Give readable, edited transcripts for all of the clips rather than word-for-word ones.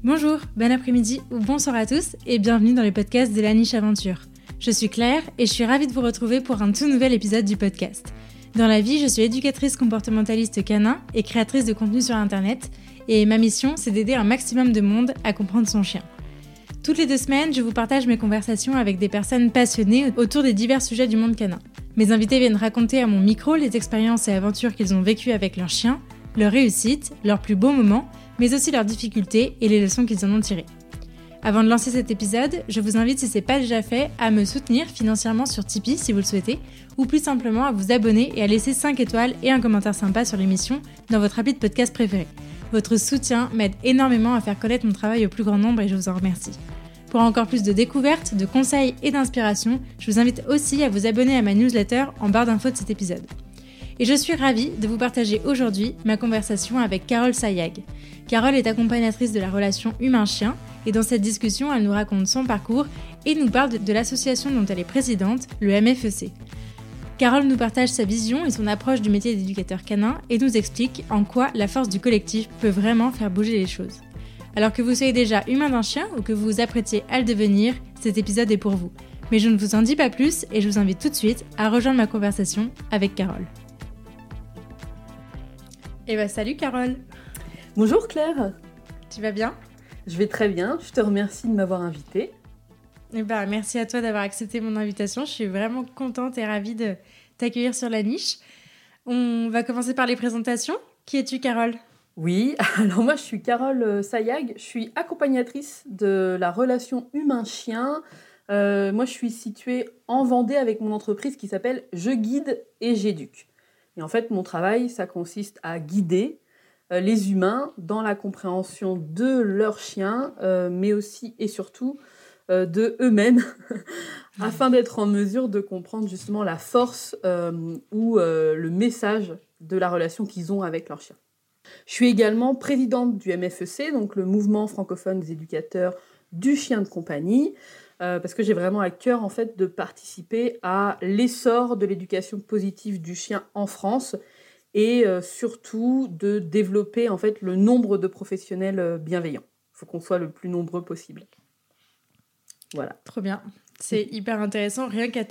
Bonjour, bon après-midi ou bonsoir à tous et bienvenue dans le podcast de la Niche Aventure. Je suis Claire et je suis ravie de vous retrouver pour un tout nouvel épisode du podcast. Dans la vie, je suis éducatrice comportementaliste canin et créatrice de contenu sur internet et ma mission, c'est d'aider un maximum de monde à comprendre son chien. Toutes les 2 semaines, je vous partage mes conversations avec des personnes passionnées autour des divers sujets du monde canin. Mes invités viennent raconter à mon micro les expériences et aventures qu'ils ont vécues avec leurs chiens, leurs réussites, leurs plus beaux moments, mais aussi leurs difficultés et les leçons qu'ils en ont tirées. Avant de lancer cet épisode, je vous invite, si ce n'est pas déjà fait, à me soutenir financièrement sur Tipeee si vous le souhaitez, ou plus simplement à vous abonner et à laisser 5 étoiles et un commentaire sympa sur l'émission dans votre appli de podcast préféré. Votre soutien m'aide énormément à faire connaître mon travail au plus grand nombre et je vous en remercie. Pour encore plus de découvertes, de conseils et d'inspiration, je vous invite aussi à vous abonner à ma newsletter en barre d'infos de cet épisode. Et je suis ravie de vous partager aujourd'hui ma conversation avec Carole Sayag. Carole est accompagnatrice de la relation humain-chien et dans cette discussion, elle nous raconte son parcours et nous parle de l'association dont elle est présidente, le MFEC. Carole nous partage sa vision et son approche du métier d'éducateur canin et nous explique en quoi la force du collectif peut vraiment faire bouger les choses. Alors que vous soyez déjà humain d'un chien ou que vous vous apprêtiez à le devenir, cet épisode est pour vous. Mais je ne vous en dis pas plus et je vous invite tout de suite à rejoindre ma conversation avec Carole. Salut Carole. Bonjour Claire. Tu vas bien ? Je vais très bien, je te remercie de m'avoir invitée. Merci à toi d'avoir accepté mon invitation, je suis vraiment contente et ravie de t'accueillir sur la niche. On va commencer par les présentations. Qui es-tu Carole ? Oui, alors moi je suis Carole Sayag, je suis accompagnatrice de la relation humain-chien. Moi je suis située en Vendée avec mon entreprise qui s'appelle Je guide et j'éduque. Et en fait mon travail ça consiste à guider les humains dans la compréhension de leurs chiens, mais aussi et surtout de eux-mêmes, afin d'être en mesure de comprendre justement la force ou le message de la relation qu'ils ont avec leurs chiens. Je suis également présidente du MFEC, donc le mouvement francophone des éducateurs du chien de compagnie, parce que j'ai vraiment à cœur en fait de participer à l'essor de l'éducation positive du chien en France et surtout de développer en fait le nombre de professionnels bienveillants. Il faut qu'on soit le plus nombreux possible. Voilà. Trop bien. C'est hyper intéressant. Rien qu'à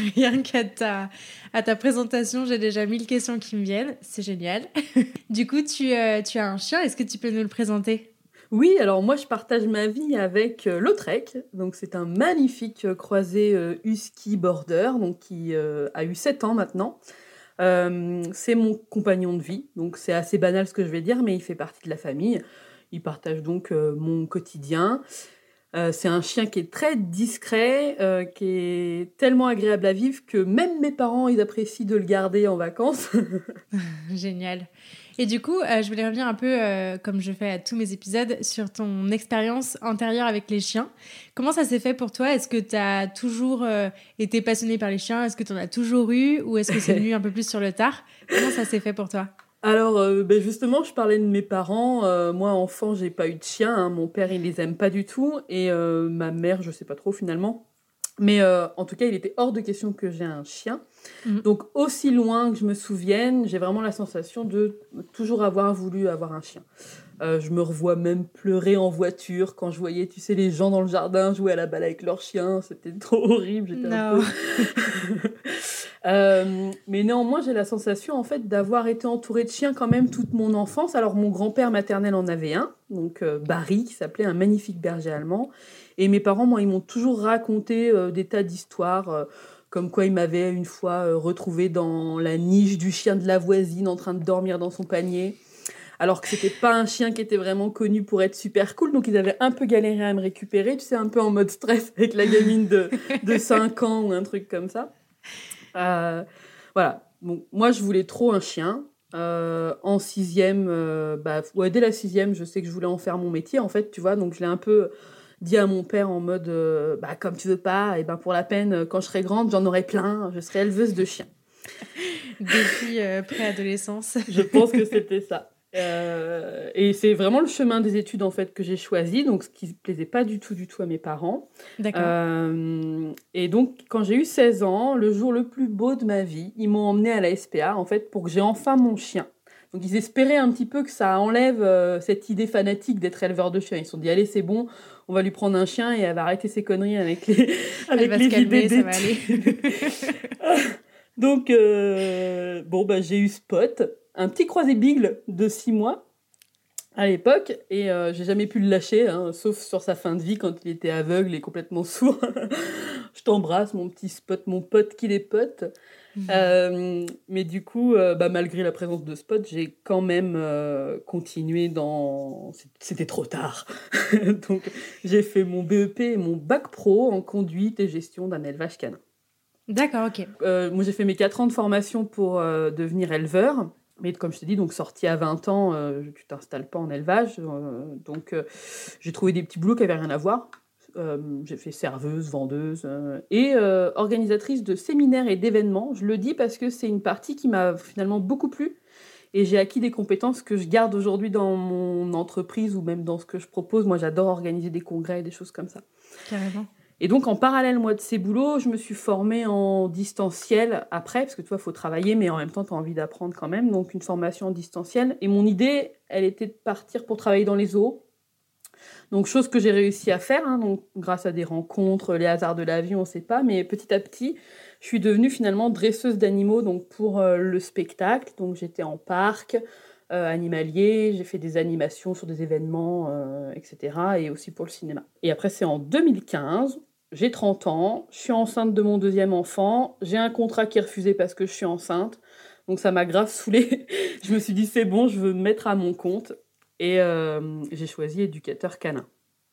ta présentation, j'ai déjà 1000 questions qui me viennent. C'est génial. Du coup, tu as un chien. Est-ce que tu peux nous le présenter ? Oui, alors moi, je partage ma vie avec Lautrec. Donc, c'est un magnifique croisé husky border donc, qui a eu 7 ans maintenant. C'est mon compagnon de vie. Donc, c'est assez banal ce que je vais dire, mais il fait partie de la famille. Il partage donc mon quotidien. C'est un chien qui est très discret, qui est tellement agréable à vivre que même mes parents, ils apprécient de le garder en vacances. Génial. Et du coup, je voulais revenir un peu, comme je fais à tous mes épisodes, sur ton expérience antérieure avec les chiens. Comment ça s'est fait pour toi ? Est-ce que tu as toujours été passionnée par les chiens ? Est-ce que tu en as toujours eu ? Ou est-ce que c'est venu un peu plus sur le tard ? Comment ça s'est fait pour toi ? Alors, justement, je parlais de mes parents. Moi, enfant, j'ai pas eu de chien. Hein. Mon père, il les aime pas du tout. Et ma mère, je sais pas trop finalement. Mais en tout cas, il était hors de question que j'ai un chien. Donc, aussi loin que je me souvienne, j'ai vraiment la sensation de toujours avoir voulu avoir un chien. Je me revois même pleurer en voiture quand je voyais, tu sais, les gens dans le jardin jouer à la balle avec leur chien. C'était trop horrible. J'étais un peu... mais néanmoins, j'ai la sensation en fait d'avoir été entourée de chiens quand même toute mon enfance. Alors, mon grand-père maternel en avait un, donc Barry, qui s'appelait un magnifique berger allemand. Et mes parents, moi, ils m'ont toujours raconté des tas d'histoires, comme quoi ils m'avaient une fois retrouvée dans la niche du chien de la voisine en train de dormir dans son panier. Alors que c'était pas un chien qui était vraiment connu pour être super cool, donc ils avaient un peu galéré à me récupérer, tu sais, un peu en mode stress avec la gamine de 5 ans ou un truc comme ça. Voilà. Bon, moi, je voulais trop un chien. En 6e, dès la 6e, je sais que je voulais en faire mon métier, en fait, tu vois, donc je l'ai un peu dit à mon père en mode, comme tu veux pas, et pour la peine, quand je serai grande, j'en aurai plein, je serai éleveuse de chiens. Depuis préadolescence. Je pense que c'était ça. Et c'est vraiment le chemin des études en fait que j'ai choisi, donc ce qui ne plaisait pas du tout à mes parents. D'accord. Et donc quand j'ai eu 16 ans, le jour le plus beau de ma vie, ils m'ont emmenée à la SPA en fait pour que j'ai enfin mon chien. Donc ils espéraient un petit peu que ça enlève cette idée fanatique d'être éleveur de chiens. Ils se sont dit, allez, c'est bon, on va lui prendre un chien et elle va arrêter ses conneries avec les, Elle va se calmer, ça va aller. Donc, j'ai eu Spot, un petit croisé Beagle de 6 mois à l'époque, et j'ai jamais pu le lâcher, hein, sauf sur sa fin de vie quand il était aveugle et complètement sourd. Je t'embrasse, mon petit Spot, mon pote qui les pote. Mais du coup, malgré la présence de Spot, j'ai quand même continué dans... C'était trop tard. Donc, j'ai fait mon BEP et mon bac pro en conduite et gestion d'un élevage canin. D'accord, ok. Moi, j'ai fait mes 4 ans de formation pour devenir éleveur. Mais comme je t'ai dit, donc sortie à 20 ans, tu t'installes pas en élevage. Donc, j'ai trouvé des petits boulots qui n'avaient rien à voir. J'ai fait serveuse, vendeuse et organisatrice de séminaires et d'événements. Je le dis parce que c'est une partie qui m'a finalement beaucoup plu et j'ai acquis des compétences que je garde aujourd'hui dans mon entreprise ou même dans ce que je propose. Moi, j'adore organiser des congrès et des choses comme ça. Carrément. Et donc, en parallèle, moi, de ces boulots, je me suis formée en distanciel après, parce que tu vois, il faut travailler, mais en même temps, tu as envie d'apprendre quand même. Donc, une formation en distanciel. Et mon idée, elle était de partir pour travailler dans les zoos. Donc, chose que j'ai réussi à faire, hein, donc, grâce à des rencontres, les hasards de la vie, on ne sait pas. Mais petit à petit, je suis devenue finalement dresseuse d'animaux donc pour le spectacle. Donc, j'étais en parc animalier, j'ai fait des animations sur des événements, etc. Et aussi pour le cinéma. Et après, c'est en 2015... J'ai 30 ans, je suis enceinte de mon 2e enfant, j'ai un contrat qui est refusé parce que je suis enceinte, donc ça m'a grave saoulée. Je me suis dit, c'est bon, je veux me mettre à mon compte, et j'ai choisi éducateur canin.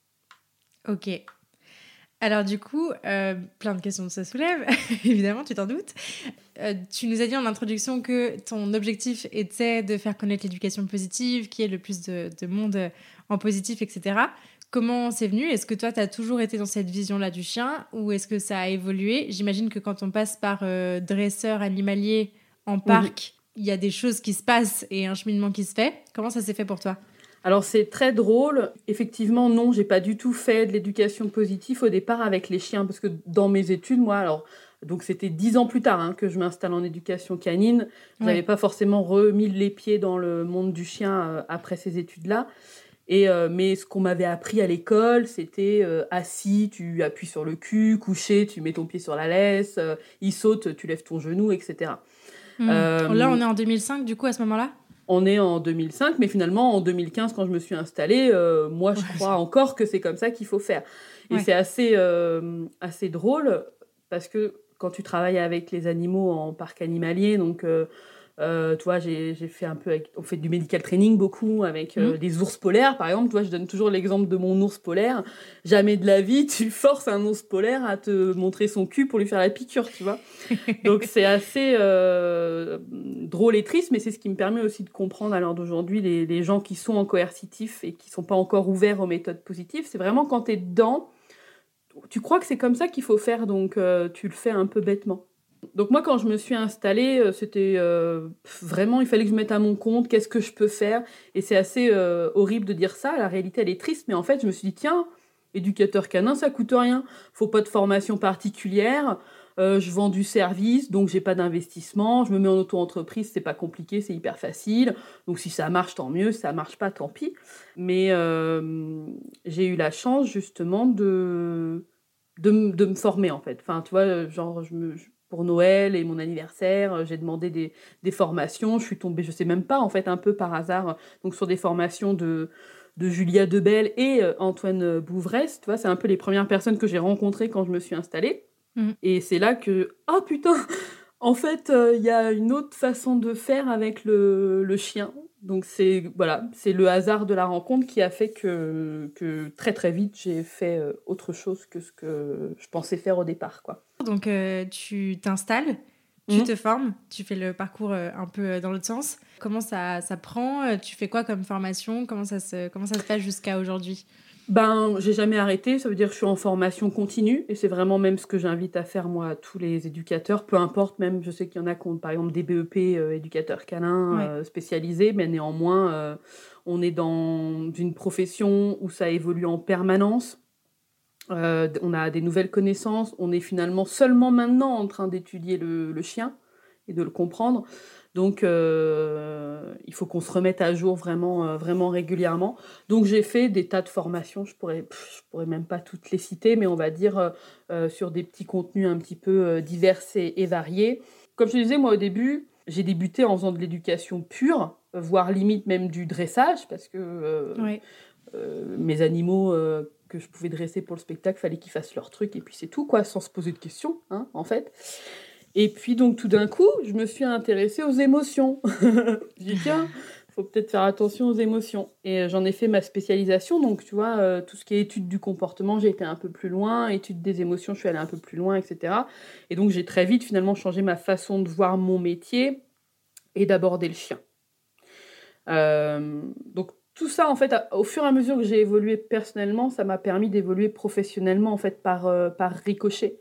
Ok. Alors du coup, plein de questions se soulèvent, évidemment, tu t'en doutes. Tu nous as dit en introduction que ton objectif était de faire connaître l'éducation positive, qu'il y ait le plus de monde en positif, etc. Comment c'est venu ? Est-ce que toi, tu as toujours été dans cette vision-là du chien ou est-ce que ça a évolué ? J'imagine que quand on passe par dresseur animalier en parc, il y a des choses qui se passent et un cheminement qui se fait. Comment ça s'est fait pour toi ? Alors c'est très drôle. Effectivement, non, j'ai pas du tout fait de l'éducation positive au départ avec les chiens parce que dans mes études, moi, donc c'était 10 ans plus tard que je m'installe en éducation canine. Je n'avais pas forcément remis les pieds dans le monde du chien après ces études-là. Mais ce qu'on m'avait appris à l'école, c'était assis, tu appuies sur le cul, couché, tu mets ton pied sur la laisse, il saute, tu lèves ton genou, etc. Là, on est en 2005, du coup, à ce moment-là ? On est en 2005, mais finalement, en 2015, quand je me suis installée, moi, je crois encore que c'est comme ça qu'il faut faire. Et c'est assez drôle, parce que quand tu travailles avec les animaux en parc animalier, donc... tu vois, j'ai fait un peu on fait du medical training beaucoup avec des ours polaires par exemple. Tu vois, je donne toujours l'exemple de mon ours polaire. Jamais de la vie tu forces un ours polaire à te montrer son cul pour lui faire la piqûre, tu vois. Donc c'est assez drôle et triste, mais c'est ce qui me permet aussi de comprendre à l'heure d'aujourd'hui les gens qui sont en coercitif et qui sont pas encore ouverts aux méthodes positives. C'est vraiment quand tu es dedans, tu crois que c'est comme ça qu'il faut faire, donc tu le fais un peu bêtement. Donc moi, quand je me suis installée, c'était vraiment, il fallait que je mette à mon compte, qu'est-ce que je peux faire ? Et c'est assez horrible de dire ça, la réalité, elle est triste, mais en fait, je me suis dit, tiens, éducateur canin, ça coûte rien, faut pas de formation particulière, je vends du service, donc j'ai pas d'investissement, je me mets en auto-entreprise, c'est pas compliqué, c'est hyper facile, donc si ça marche, tant mieux, si ça marche pas, tant pis. Mais j'ai eu la chance, justement, de me former, en fait. Enfin, tu vois, genre, pour Noël et mon anniversaire, j'ai demandé des formations. Je suis tombée, je sais même pas, en fait, un peu par hasard, donc sur des formations de Julia Debelle et Antoine Bouvresse. Tu vois, c'est un peu les premières personnes que j'ai rencontrées quand je me suis installée. Et c'est là que, oh putain, en fait, il y a une autre façon de faire avec le chien. Donc c'est le hasard de la rencontre qui a fait que très très vite j'ai fait autre chose que ce que je pensais faire au départ, quoi. Donc tu t'installes, tu te formes, tu fais le parcours un peu dans l'autre sens. Comment ça prend ? Tu fais quoi comme formation ? Comment ça se passe jusqu'à aujourd'hui ? J'ai jamais arrêté, ça veut dire que je suis en formation continue et c'est vraiment même ce que j'invite à faire moi à tous les éducateurs, peu importe, même je sais qu'il y en a qui ont par exemple des BEP éducateurs canins spécialisés, mais néanmoins on est dans une profession où ça évolue en permanence. On a des nouvelles connaissances, on est finalement seulement maintenant en train d'étudier le chien et de le comprendre. Donc, il faut qu'on se remette à jour vraiment régulièrement. Donc, j'ai fait des tas de formations, je pourrais même pas toutes les citer, mais on va dire sur des petits contenus un petit peu divers et variés. Comme je te disais, moi, au début, j'ai débuté en faisant de l'éducation pure, voire limite même du dressage, parce que mes animaux que je pouvais dresser pour le spectacle, fallait qu'ils fassent leur truc, et puis c'est tout, quoi, sans se poser de questions, hein, en fait. Et puis donc tout d'un coup, je me suis intéressée aux émotions. J'ai dit tiens, faut peut-être faire attention aux émotions. Et j'en ai fait ma spécialisation, donc tu vois, tout ce qui est étude du comportement, j'ai été un peu plus loin, étude des émotions, je suis allée un peu plus loin, etc. Et donc j'ai très vite finalement changé ma façon de voir mon métier et d'aborder le chien. Donc tout ça, en fait, au fur et à mesure que j'ai évolué personnellement, ça m'a permis d'évoluer professionnellement, en fait, par ricochet.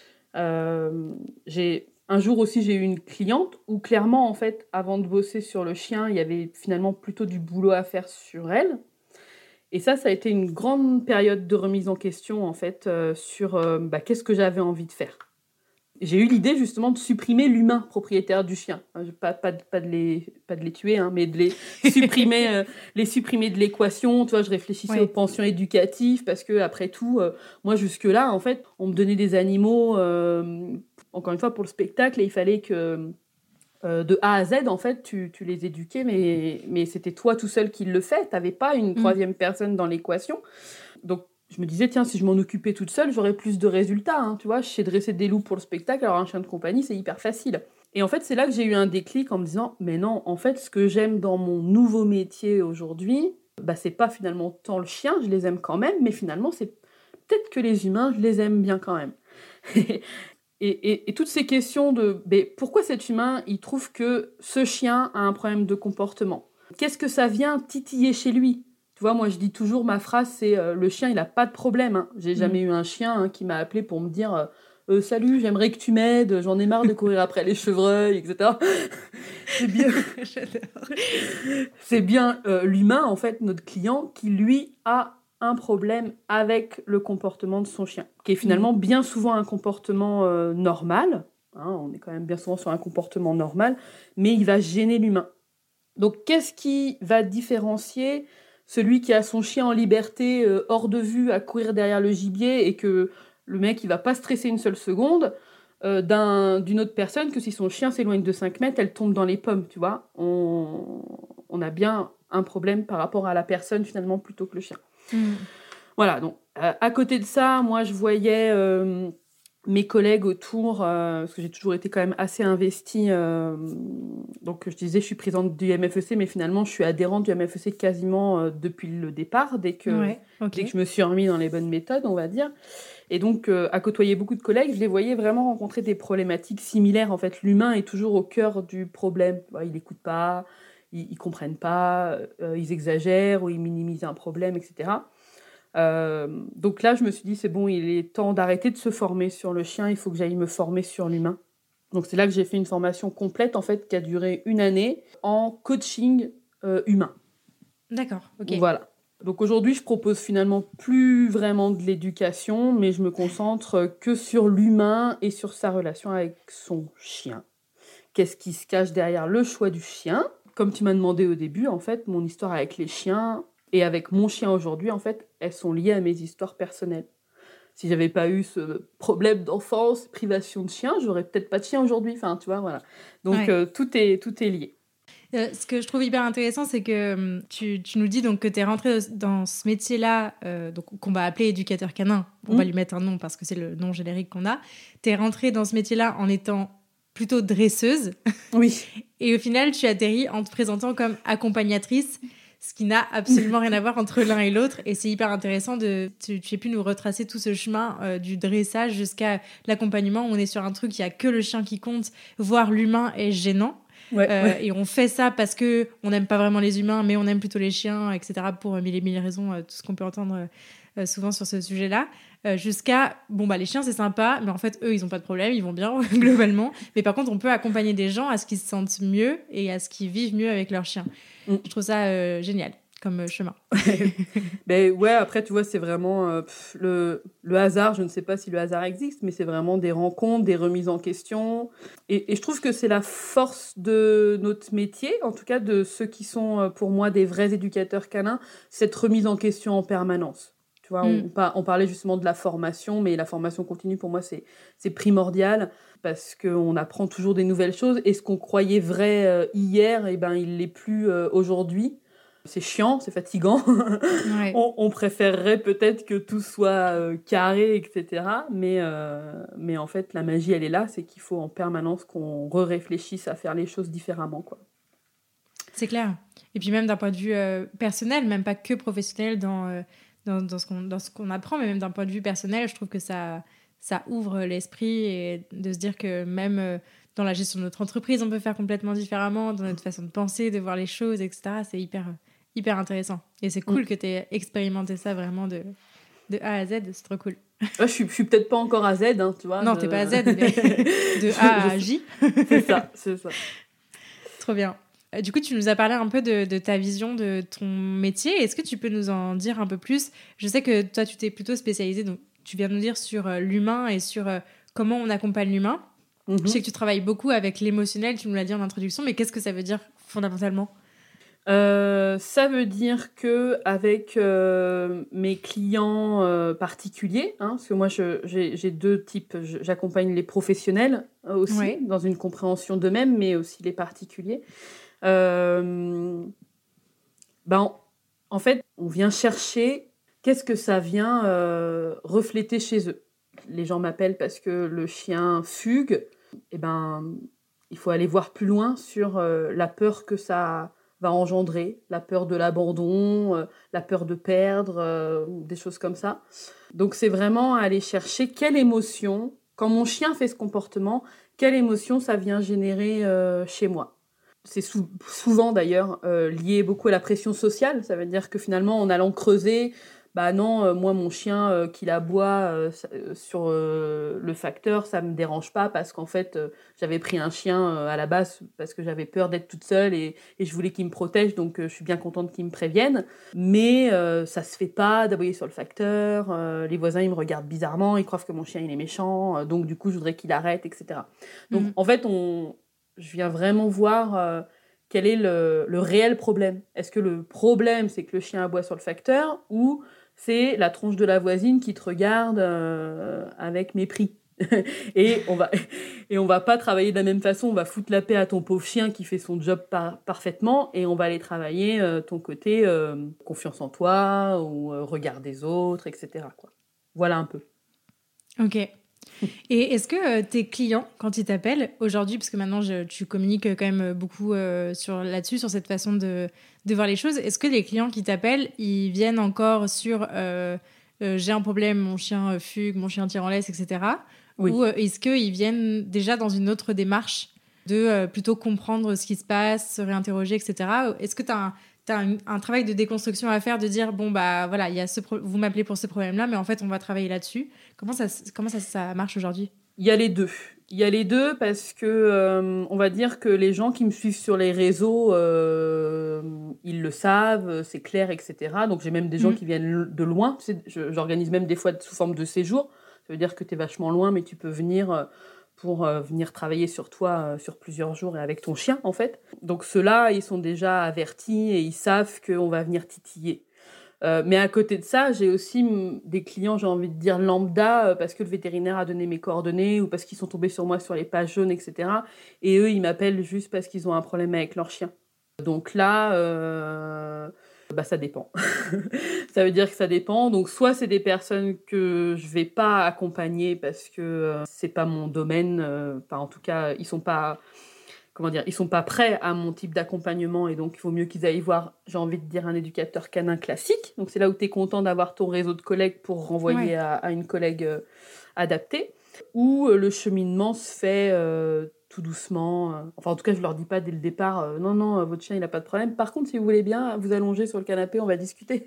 Un jour aussi, j'ai eu une cliente où clairement, en fait, avant de bosser sur le chien, il y avait finalement plutôt du boulot à faire sur elle. Et ça a été une grande période de remise en question, en fait, sur qu'est-ce que j'avais envie de faire. J'ai eu l'idée justement de supprimer l'humain propriétaire du chien. Pas de les tuer, hein, mais de les supprimer, de l'équation. Tu vois, je réfléchissais aux pensions éducatives parce que après tout, moi jusque-là, en fait, on me donnait des animaux, encore une fois pour le spectacle, et il fallait que de A à Z, en fait, tu les éduquais, mais c'était toi tout seul qui le fais. T'avais pas une troisième personne dans l'équation. Donc je me disais, tiens, si je m'en occupais toute seule, j'aurais plus de résultats. Hein, tu vois, je sais dresser des loups pour le spectacle, alors un chien de compagnie, c'est hyper facile. Et en fait, c'est là que j'ai eu un déclic en me disant, mais non, en fait, ce que j'aime dans mon nouveau métier aujourd'hui, c'est pas finalement tant le chien, je les aime quand même, mais finalement, c'est peut-être que les humains, je les aime bien quand même. et toutes ces questions de pourquoi cet humain, il trouve que ce chien a un problème de comportement ? Qu'est-ce que ça vient titiller chez lui ? Tu vois, moi, je dis toujours, ma phrase, c'est le chien, il n'a pas de problème. Hein. J'ai jamais eu un chien qui m'a appelé pour me dire salut, j'aimerais que tu m'aides, j'en ai marre de courir après les chevreuils, etc. C'est bien, c'est bien l'humain, en fait, notre client, qui, lui, a un problème avec le comportement de son chien, qui est finalement bien souvent un comportement normal. Hein, on est quand même bien souvent sur un comportement normal, mais il va gêner l'humain. Donc, qu'est-ce qui va différencier celui qui a son chien en liberté, hors de vue, à courir derrière le gibier, et que le mec, il va pas stresser une seule seconde, d'une autre personne, que si son chien s'éloigne de 5 mètres, elle tombe dans les pommes, tu vois. On a bien un problème par rapport à la personne, finalement, plutôt que le chien. Voilà, donc, à côté de ça, moi, je voyais mes collègues autour, parce que j'ai toujours été quand même assez investie. Donc, je disais, je suis présidente du MFEC, mais finalement, je suis adhérente du MFEC quasiment depuis le départ, dès que je me suis remis dans les bonnes méthodes, on va dire. Et donc, à côtoyer beaucoup de collègues, je les voyais vraiment rencontrer des problématiques similaires. En fait, l'humain est toujours au cœur du problème. Ils n'écoutent pas, ils comprennent pas, ils exagèrent ou ils minimisent un problème, etc. Donc là, je me suis dit, c'est bon, il est temps d'arrêter de se former sur le chien, il faut que j'aille me former sur l'humain. Donc c'est là que j'ai fait une formation complète, en fait, qui a duré 1 année, en coaching humain. D'accord, ok. Voilà. Donc aujourd'hui, je propose finalement plus vraiment de l'éducation, mais je me concentre que sur l'humain et sur sa relation avec son chien. Qu'est-ce qui se cache derrière le choix du chien ? Comme tu m'as demandé au début, en fait, mon histoire avec les chiens et avec mon chien aujourd'hui, en fait, elles sont liées à mes histoires personnelles. Si j'avais pas eu ce problème d'enfance, privation de chien, j'aurais peut-être pas de chien aujourd'hui. Enfin, tu vois, voilà. Donc tout est lié. Ce que je trouve hyper intéressant, c'est que tu nous dis donc que tu es rentrée dans ce métier-là, donc, qu'on va appeler éducateur canin. On va lui mettre un nom parce que c'est le nom générique qu'on a. Tu es rentrée dans ce métier-là en étant plutôt dresseuse. Oui. Et au final, tu atterris en te présentant comme accompagnatrice, ce qui n'a absolument rien à voir entre l'un et l'autre. Et c'est hyper intéressant tu aies pu nous retracer tout ce chemin du dressage jusqu'à l'accompagnement. On est sur un truc, il n'y a que le chien qui compte, voire l'humain est gênant. Et on fait ça parce que on n'aime pas vraiment les humains, mais on aime plutôt les chiens, etc. Pour mille et mille raisons, tout ce qu'on peut entendre souvent sur ce sujet-là. Jusqu'à, les chiens, c'est sympa, mais en fait, eux, ils n'ont pas de problème, ils vont bien, globalement. Mais par contre, on peut accompagner des gens à ce qu'ils se sentent mieux et à ce qu'ils vivent mieux avec leurs chiens. Je trouve ça génial. comme chemin. Ben ouais, après, tu vois, c'est vraiment le hasard. Je ne sais pas si le hasard existe, mais c'est vraiment des rencontres, des remises en question. Et je trouve que c'est la force de notre métier, en tout cas de ceux qui sont pour moi des vrais éducateurs canins, cette remise en question en permanence. Tu vois, on parlait justement de la formation, mais la formation continue, pour moi, c'est primordial parce qu'on apprend toujours des nouvelles choses. Et ce qu'on croyait vrai hier, eh ben, il l'est plus aujourd'hui. C'est chiant, c'est fatigant. Ouais. On préférerait peut-être que tout soit carré, etc. Mais en fait, la magie, elle est là. C'est qu'il faut en permanence qu'on réfléchisse à faire les choses différemment, quoi. C'est clair. Et puis même d'un point de vue personnel, même pas que professionnel dans ce qu'on apprend, mais même d'un point de vue personnel, je trouve que ça ouvre l'esprit et de se dire que même dans la gestion de notre entreprise, on peut faire complètement différemment, dans notre façon de penser, de voir les choses, etc. C'est hyper intéressant. Et c'est cool que tu aies expérimenté ça vraiment de A à Z, c'est trop cool. Je suis peut-être pas encore à Z, hein, tu vois. Non, t'es pas à Z, mais de A à J. C'est ça. Trop bien. Du coup, tu nous as parlé un peu de ta vision de ton métier. Est-ce que tu peux nous en dire un peu plus ? Je sais que toi, tu t'es plutôt spécialisée, donc tu viens de nous dire sur l'humain et sur comment on accompagne l'humain. Je sais que tu travailles beaucoup avec l'émotionnel, tu nous l'as dit en introduction, mais qu'est-ce que ça veut dire fondamentalement ? Ça veut dire que avec mes clients particuliers, hein, parce que moi j'ai deux types, j'accompagne les professionnels aussi dans une compréhension d'eux-mêmes, mais aussi les particuliers. En fait, on vient chercher qu'est-ce que ça vient refléter chez eux. Les gens m'appellent parce que le chien fugue. Eh ben, il faut aller voir plus loin sur la peur que ça va engendrer, la peur de l'abandon, la peur de perdre, des choses comme ça. Donc c'est vraiment aller chercher quelle émotion, quand mon chien fait ce comportement, quelle émotion ça vient générer chez moi. C'est souvent d'ailleurs lié beaucoup à la pression sociale, ça veut dire que finalement en allant creuser, bah non, moi mon chien qu'il aboie sur le facteur, ça me dérange pas parce qu'en fait j'avais pris un chien à la base parce que j'avais peur d'être toute seule et je voulais qu'il me protège, donc je suis bien contente qu'il me prévienne, mais ça se fait pas d'aboyer sur le facteur, les voisins ils me regardent bizarrement, ils croient que mon chien il est méchant, donc du coup je voudrais qu'il arrête, etc. Donc en fait je viens vraiment voir quel est le réel problème. Est-ce que le problème, c'est que le chien aboie sur le facteur ou c'est la tronche de la voisine qui te regarde avec mépris et on va pas travailler de la même façon. On va foutre la paix à ton pauvre chien qui fait son job parfaitement et on va aller travailler ton côté confiance en toi ou regard des autres, etc. quoi. Voilà un peu. Ok. Et est-ce que tes clients, quand ils t'appellent aujourd'hui, parce que maintenant tu communiques quand même beaucoup là-dessus, sur cette façon de voir les choses, est-ce que les clients qui t'appellent, ils viennent encore sur j'ai un problème, mon chien fugue, mon chien tire en laisse, etc. Oui. Ou est-ce qu'ils viennent déjà dans une autre démarche de plutôt comprendre ce qui se passe, se réinterroger, etc. Est-ce que tu as un travail de déconstruction à faire, de dire bon bah voilà, il y a vous m'appelez pour ce problème-là, mais en fait on va travailler là-dessus. Comment ça marche aujourd'hui ? Il y a les deux parce que on va dire que les gens qui me suivent sur les réseaux, ils le savent, c'est clair, etc. Donc j'ai même des gens qui viennent de loin. J'organise même des fois sous forme de séjour. Ça veut dire que tu es vachement loin, mais tu peux venir pour venir travailler sur toi sur plusieurs jours et avec ton chien, en fait. Donc ceux-là, ils sont déjà avertis et ils savent qu'on va venir titiller. Mais à côté de ça, j'ai aussi des clients, j'ai envie de dire lambda, parce que le vétérinaire a donné mes coordonnées ou parce qu'ils sont tombés sur moi sur les pages jaunes, etc. Et eux, ils m'appellent juste parce qu'ils ont un problème avec leur chien. Donc là, ça dépend. Ça veut dire que ça dépend. Donc soit c'est des personnes que je vais pas accompagner parce que c'est pas mon domaine. En tout cas, ils sont pas prêts à mon type d'accompagnement et donc il vaut mieux qu'ils aillent voir, j'ai envie de dire, un éducateur canin classique. Donc c'est là où tu es content d'avoir ton réseau de collègues pour renvoyer à une collègue adaptée. Ou le cheminement se fait tout doucement. En tout cas, je leur dis pas dès le départ, non, votre chien, il a pas de problème. Par contre, si vous voulez bien, vous allonger sur le canapé, on va discuter.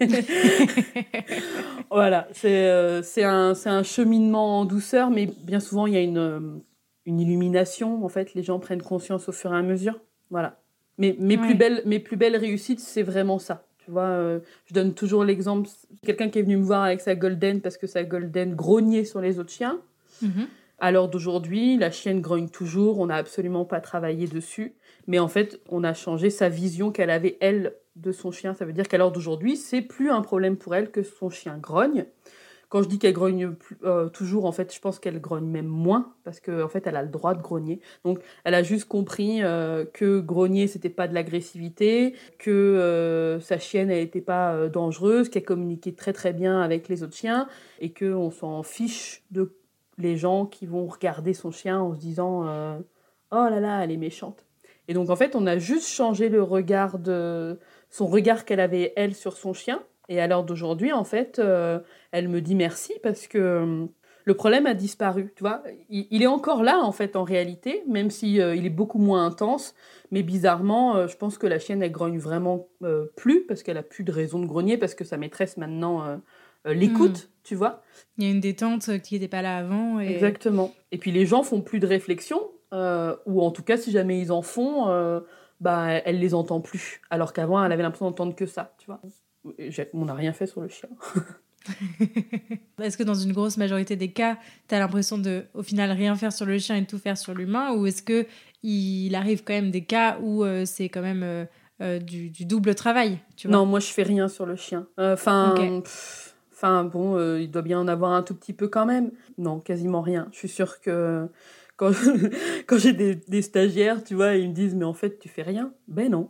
Voilà, c'est un cheminement en douceur, mais bien souvent, il y a une illumination. En fait, les gens prennent conscience au fur et à mesure. Voilà. Mes plus belles réussites, c'est vraiment ça. Tu Tu vois, je donne toujours l'exemple, quelqu'un qui est venu me voir avec sa golden parce que sa golden grognait sur les autres chiens. Mhm. À l'heure d'aujourd'hui, la chienne grogne toujours, on n'a absolument pas travaillé dessus, mais en fait, on a changé sa vision qu'elle avait, elle, de son chien. Ça veut dire qu'à l'heure d'aujourd'hui, c'est plus un problème pour elle que son chien grogne. Quand je dis qu'elle grogne toujours, en fait, je pense qu'elle grogne même moins, parce qu'en en fait, elle a le droit de grogner. Donc, elle a juste compris que grogner, c'était pas de l'agressivité, que sa chienne, elle était pas dangereuse, qu'elle communiquait très très bien avec les autres chiens, et qu'on s'en fiche de les gens qui vont regarder son chien en se disant oh là là, elle est méchante. Et donc, en fait, on a juste changé son regard qu'elle avait, elle, sur son chien. Et à l'heure d'aujourd'hui, en fait, elle me dit merci parce que le problème a disparu, tu vois. Il est encore là, en fait, en réalité, même si il est beaucoup moins intense. Mais bizarrement, je pense que la chienne, elle grogne vraiment plus parce qu'elle a plus de raison de grogner parce que sa maîtresse, maintenant, l'écoute, tu vois. Il y a une détente qui n'était pas là avant. Et... Exactement. Et puis les gens font plus de réflexion, ou en tout cas, si jamais ils en font, bah, elle les entend plus. Alors qu'avant, elle avait l'impression d'entendre que ça, tu vois. On n'a rien fait sur le chien. Est-ce que dans une grosse majorité des cas, tu as l'impression de, au final, rien faire sur le chien et tout faire sur l'humain, ou est-ce qu'il arrive quand même des cas où c'est quand même du double travail, tu vois? Non, moi, je fais rien sur le chien. Ok. Bon, il doit bien en avoir un tout petit peu quand même. Non, quasiment rien. Je suis sûre que quand, quand j'ai des stagiaires, tu vois, ils me disent, mais en fait, tu fais rien. Ben non.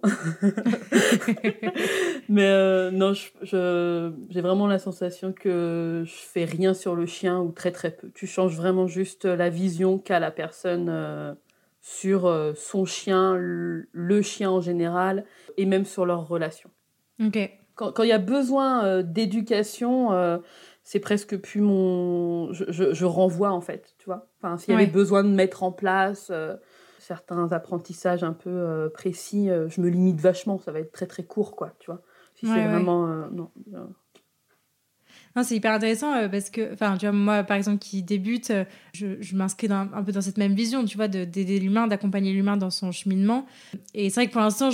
Mais non, j'ai vraiment la sensation que je fais rien sur le chien ou très très peu. Tu changes vraiment juste la vision qu'a la personne sur son chien, le chien en général, et même sur leur relation. Ok. Quand il y a besoin d'éducation, c'est presque plus mon... Je renvoie, en fait, tu vois. Enfin, s'il y avait Ouais. besoin de mettre en place certains apprentissages un peu précis, je me limite vachement. Ça va être très, très court, quoi, tu vois. Si c'est Ouais, ouais. vraiment... non. Non, c'est hyper intéressant parce que, enfin, tu vois, moi, par exemple, qui débute, je m'inscris un peu dans cette même vision, tu vois, d'aider l'humain, d'accompagner l'humain dans son cheminement. Et c'est vrai que pour l'instant,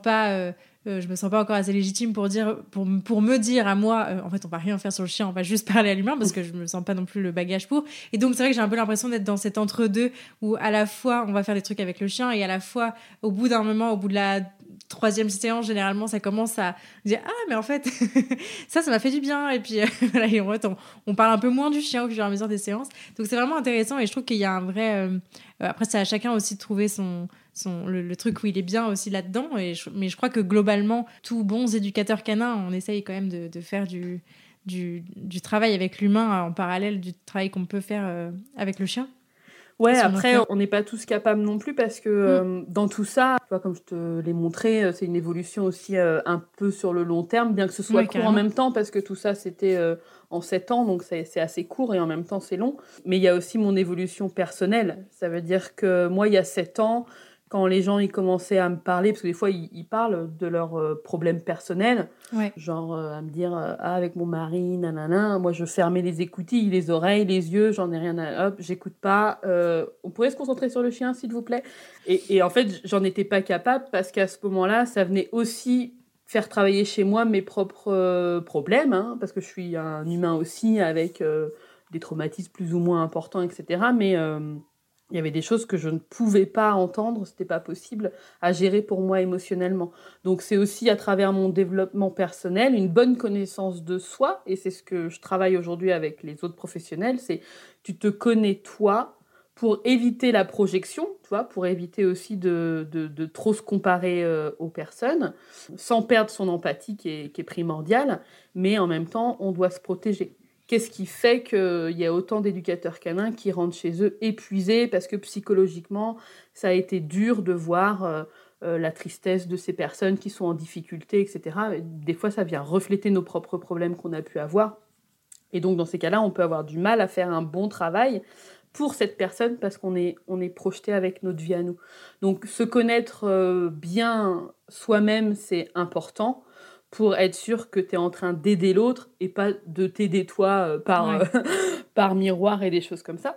je me sens pas encore assez légitime pour dire, pour me dire à moi, en fait, on va rien faire sur le chien, on va juste parler à l'humain parce que je me sens pas non plus le bagage pour. Et donc, c'est vrai que j'ai un peu l'impression d'être dans cet entre-deux où à la fois, on va faire des trucs avec le chien et à la fois, au bout d'un moment, au bout de la troisième séance, généralement, ça commence à dire, ah, mais en fait, ça m'a fait du bien. Et puis, voilà, et en fait, on parle un peu moins du chien au fur et à mesure des séances. Donc, c'est vraiment intéressant et je trouve qu'il y a un vrai... après, c'est à chacun aussi de trouver le truc où il est bien aussi là-dedans. Mais je crois que globalement, tous bons éducateurs canins, on essaye quand même de faire du travail avec l'humain en parallèle du travail qu'on peut faire avec le chien. Ouais, Si on en après, fait. on n'est pas tous capables non plus parce que dans tout ça, tu vois, comme je te l'ai montré, c'est une évolution aussi un peu sur le long terme, bien que ce soit Ouais, court en carrément. même temps, parce que tout ça, c'était en 7 ans, donc c'est assez court et en même temps, c'est long. Mais il y a aussi mon évolution personnelle. Ça veut dire que moi, il y a 7 ans, quand les gens ils commençaient à me parler, parce que des fois, ils parlent de leurs problèmes personnels, Ouais. genre à me dire ah, avec mon mari nanana, moi je fermais les écoutilles, les oreilles, les yeux, j'en ai rien à hop, j'écoute pas, on pourrait se concentrer sur le chien s'il vous plaît. Et en fait j'en étais pas capable parce qu'à ce moment-là ça venait aussi faire travailler chez moi mes propres problèmes, hein, parce que je suis un humain aussi avec des traumatismes plus ou moins importants, etc. Mais il y avait des choses que je ne pouvais pas entendre, c'était pas possible à gérer pour moi émotionnellement. Donc c'est aussi à travers mon développement personnel, une bonne connaissance de soi, et c'est ce que je travaille aujourd'hui avec les autres professionnels, c'est tu te connais toi pour éviter la projection, tu vois, pour éviter aussi de trop se comparer aux personnes, sans perdre son empathie qui est primordiale, mais en même temps, on doit se protéger. Qu'est-ce qui fait qu'il y a autant d'éducateurs canins qui rentrent chez eux épuisés parce que psychologiquement, ça a été dur de voir la tristesse de ces personnes qui sont en difficulté, etc. Des fois, ça vient refléter nos propres problèmes qu'on a pu avoir. Et donc, dans ces cas-là, on peut avoir du mal à faire un bon travail pour cette personne parce qu'on est projeté avec notre vie à nous. Donc, se connaître bien soi-même, c'est important pour être sûr que tu es en train d'aider l'autre et pas de t'aider toi par, Ouais. par miroir et des choses comme ça.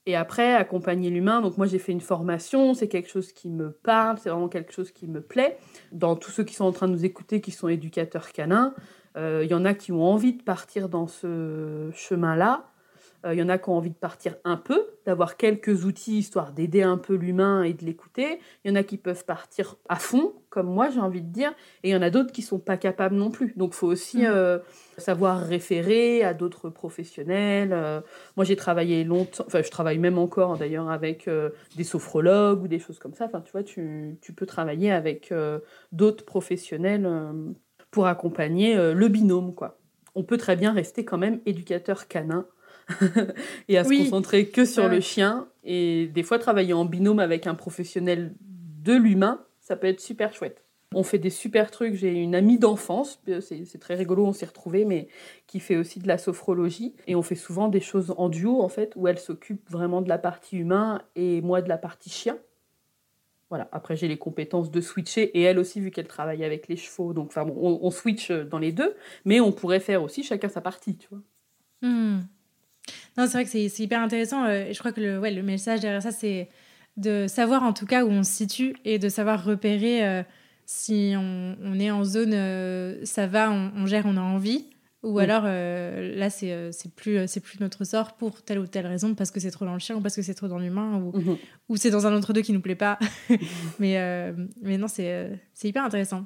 Et après, accompagner l'humain, donc moi j'ai fait une formation, c'est quelque chose qui me parle, c'est vraiment quelque chose qui me plaît. Dans tous ceux qui sont en train de nous écouter, qui sont éducateurs canins, il y en a qui ont envie de partir dans ce chemin-là. Il y en a qui ont envie de partir un peu, d'avoir quelques outils histoire d'aider un peu l'humain et de l'écouter. Il y en a qui peuvent partir à fond, comme moi j'ai envie de dire, et il y en a d'autres qui ne sont pas capables non plus. Donc il faut aussi savoir référer à d'autres professionnels. Moi j'ai travaillé longtemps, enfin je travaille même encore d'ailleurs avec des sophrologues ou des choses comme ça. Enfin tu vois, tu peux travailler avec d'autres professionnels pour accompagner le binôme, quoi. On peut très bien rester quand même éducateur canin et à se concentrer que sur le chien. Et des fois, travailler en binôme avec un professionnel de l'humain, ça peut être super chouette. On fait des super trucs. J'ai une amie d'enfance, c'est très rigolo, on s'est retrouvés, mais qui fait aussi de la sophrologie. Et on fait souvent des choses en duo, en fait, où elle s'occupe vraiment de la partie humain et moi de la partie chien. Voilà. Après, j'ai les compétences de switcher, et elle aussi, vu qu'elle travaille avec les chevaux. Donc, enfin, bon, on switch dans les deux, mais on pourrait faire aussi chacun sa partie, tu vois. Non, c'est vrai que c'est hyper intéressant. Je crois que le message derrière ça, c'est de savoir en tout cas où on se situe et de savoir repérer si on est en zone ça va, on gère, on a envie, ou alors là, c'est plus notre sort pour telle ou telle raison, parce que c'est trop dans le chien ou parce que c'est trop dans l'humain ou c'est dans un entre-deux qui nous plaît pas. mais non, c'est hyper intéressant.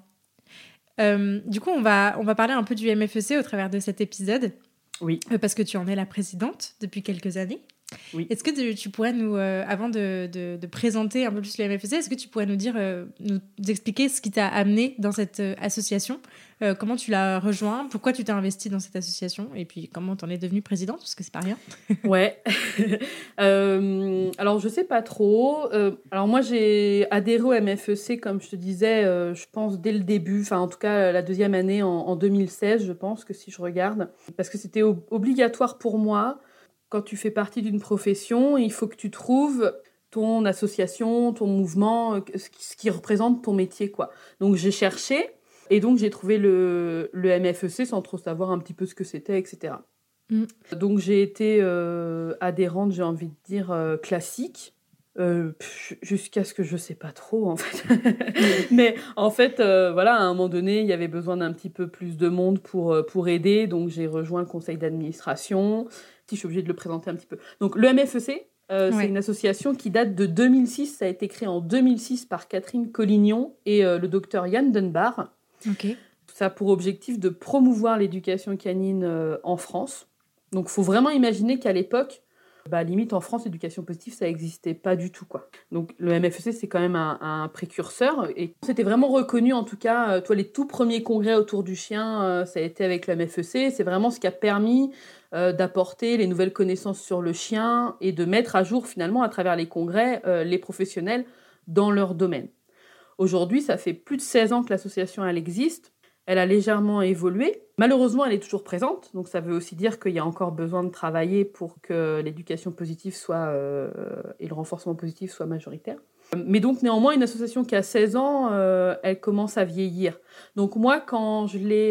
Du coup, on va parler un peu du MFEC au travers de cet épisode. Oui. Parce que tu en es la présidente depuis quelques années. Oui. Est-ce que tu pourrais nous, avant de présenter un peu plus le MFEC, est-ce que tu pourrais nous dire, nous expliquer ce qui t'a amené dans cette association, comment tu l'as rejoint, pourquoi tu t'es investie dans cette association, et puis comment tu en es devenue présidente, parce que c'est pas rien. Ouais. Alors, je sais pas trop. Alors, moi, j'ai adhéré au MFEC, comme je te disais, je pense, dès le début. Enfin, en tout cas, la deuxième année, en 2016, je pense, que si je regarde. Parce que c'était obligatoire pour moi. Quand tu fais partie d'une profession, il faut que tu trouves ton association, ton mouvement, ce qui représente ton métier, quoi. Donc, j'ai cherché. Et donc, j'ai trouvé le MFEC sans trop savoir un petit peu ce que c'était, etc. Donc j'ai été adhérente, j'ai envie de dire classique, jusqu'à ce que je sais pas trop en fait. Mais en fait, voilà, à un moment donné, il y avait besoin d'un petit peu plus de monde pour aider, donc j'ai rejoint le conseil d'administration. Si je suis obligée de le présenter un petit peu. Donc le MFEC, c'est une association qui date de 2006. Ça a été créé en 2006 par Catherine Collignon et le docteur Yann Dunbar. Okay. Ça a pour objectif de promouvoir l'éducation canine en France. Donc, il faut vraiment imaginer qu'à l'époque, limite en France, l'éducation positive, ça n'existait pas du tout, quoi. Donc, le MFEC, c'est quand même un précurseur. Et c'était vraiment reconnu, en tout cas, les tout premiers congrès autour du chien, ça a été avec le MFEC. C'est vraiment ce qui a permis d'apporter les nouvelles connaissances sur le chien et de mettre à jour, finalement, à travers les congrès, les professionnels dans leur domaine. Aujourd'hui, ça fait plus de 16 ans que l'association, elle existe. Elle a légèrement évolué. Malheureusement, elle est toujours présente. Donc, ça veut aussi dire qu'il y a encore besoin de travailler pour que l'éducation positive et le renforcement positif soient majoritaires. Mais donc, néanmoins, une association qui a 16 ans, elle commence à vieillir. Donc, moi, quand je l'ai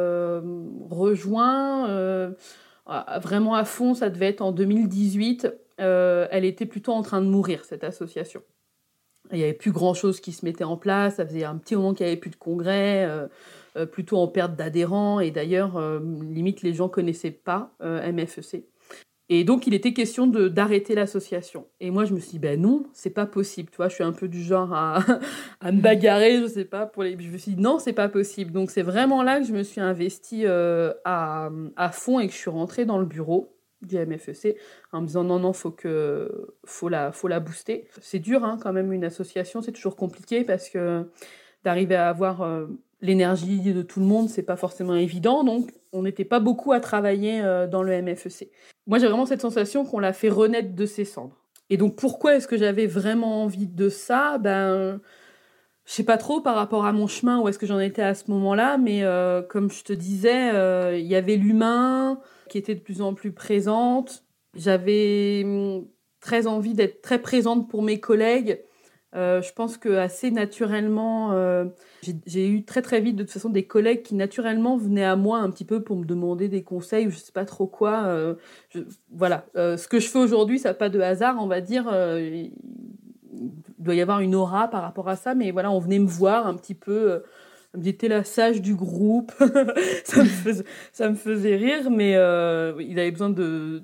rejoint, vraiment à fond, ça devait être en 2018, elle était plutôt en train de mourir, cette association. Il n'y avait plus grand-chose qui se mettait en place. Ça faisait un petit moment qu'il n'y avait plus de congrès. Plutôt en perte d'adhérents, et d'ailleurs, limite, les gens ne connaissaient pas MFEC. Et donc, il était question d'arrêter l'association. Et moi, je me suis dit, non, c'est pas possible. Tu vois, je suis un peu du genre à me bagarrer, je sais pas, je me suis dit, non, c'est pas possible. Donc, c'est vraiment là que je me suis investie à fond et que je suis rentrée dans le bureau du MFEC en me disant, non, faut la booster. C'est dur, hein, quand même, une association, c'est toujours compliqué parce que d'arriver à avoir l'énergie de tout le monde, c'est pas forcément évident, donc on n'était pas beaucoup à travailler dans le MFEC. Moi, j'ai vraiment cette sensation qu'on l'a fait renaître de ses cendres. Et donc, pourquoi est-ce que j'avais vraiment envie de ça ? Je sais pas trop par rapport à mon chemin, où est-ce que j'en étais à ce moment-là, mais comme je te disais, il y avait l'humain qui était de plus en plus présente. J'avais très envie d'être très présente pour mes collègues, Je pense que assez naturellement, j'ai eu très très vite de toute façon des collègues qui naturellement venaient à moi un petit peu pour me demander des conseils ou je sais pas trop quoi. Voilà, ce que je fais aujourd'hui, ça n'a pas de hasard, on va dire. Il doit y avoir une aura par rapport à ça, mais voilà, on venait me voir un petit peu. J'étais la sage du groupe, ça me faisait rire, mais il avait besoin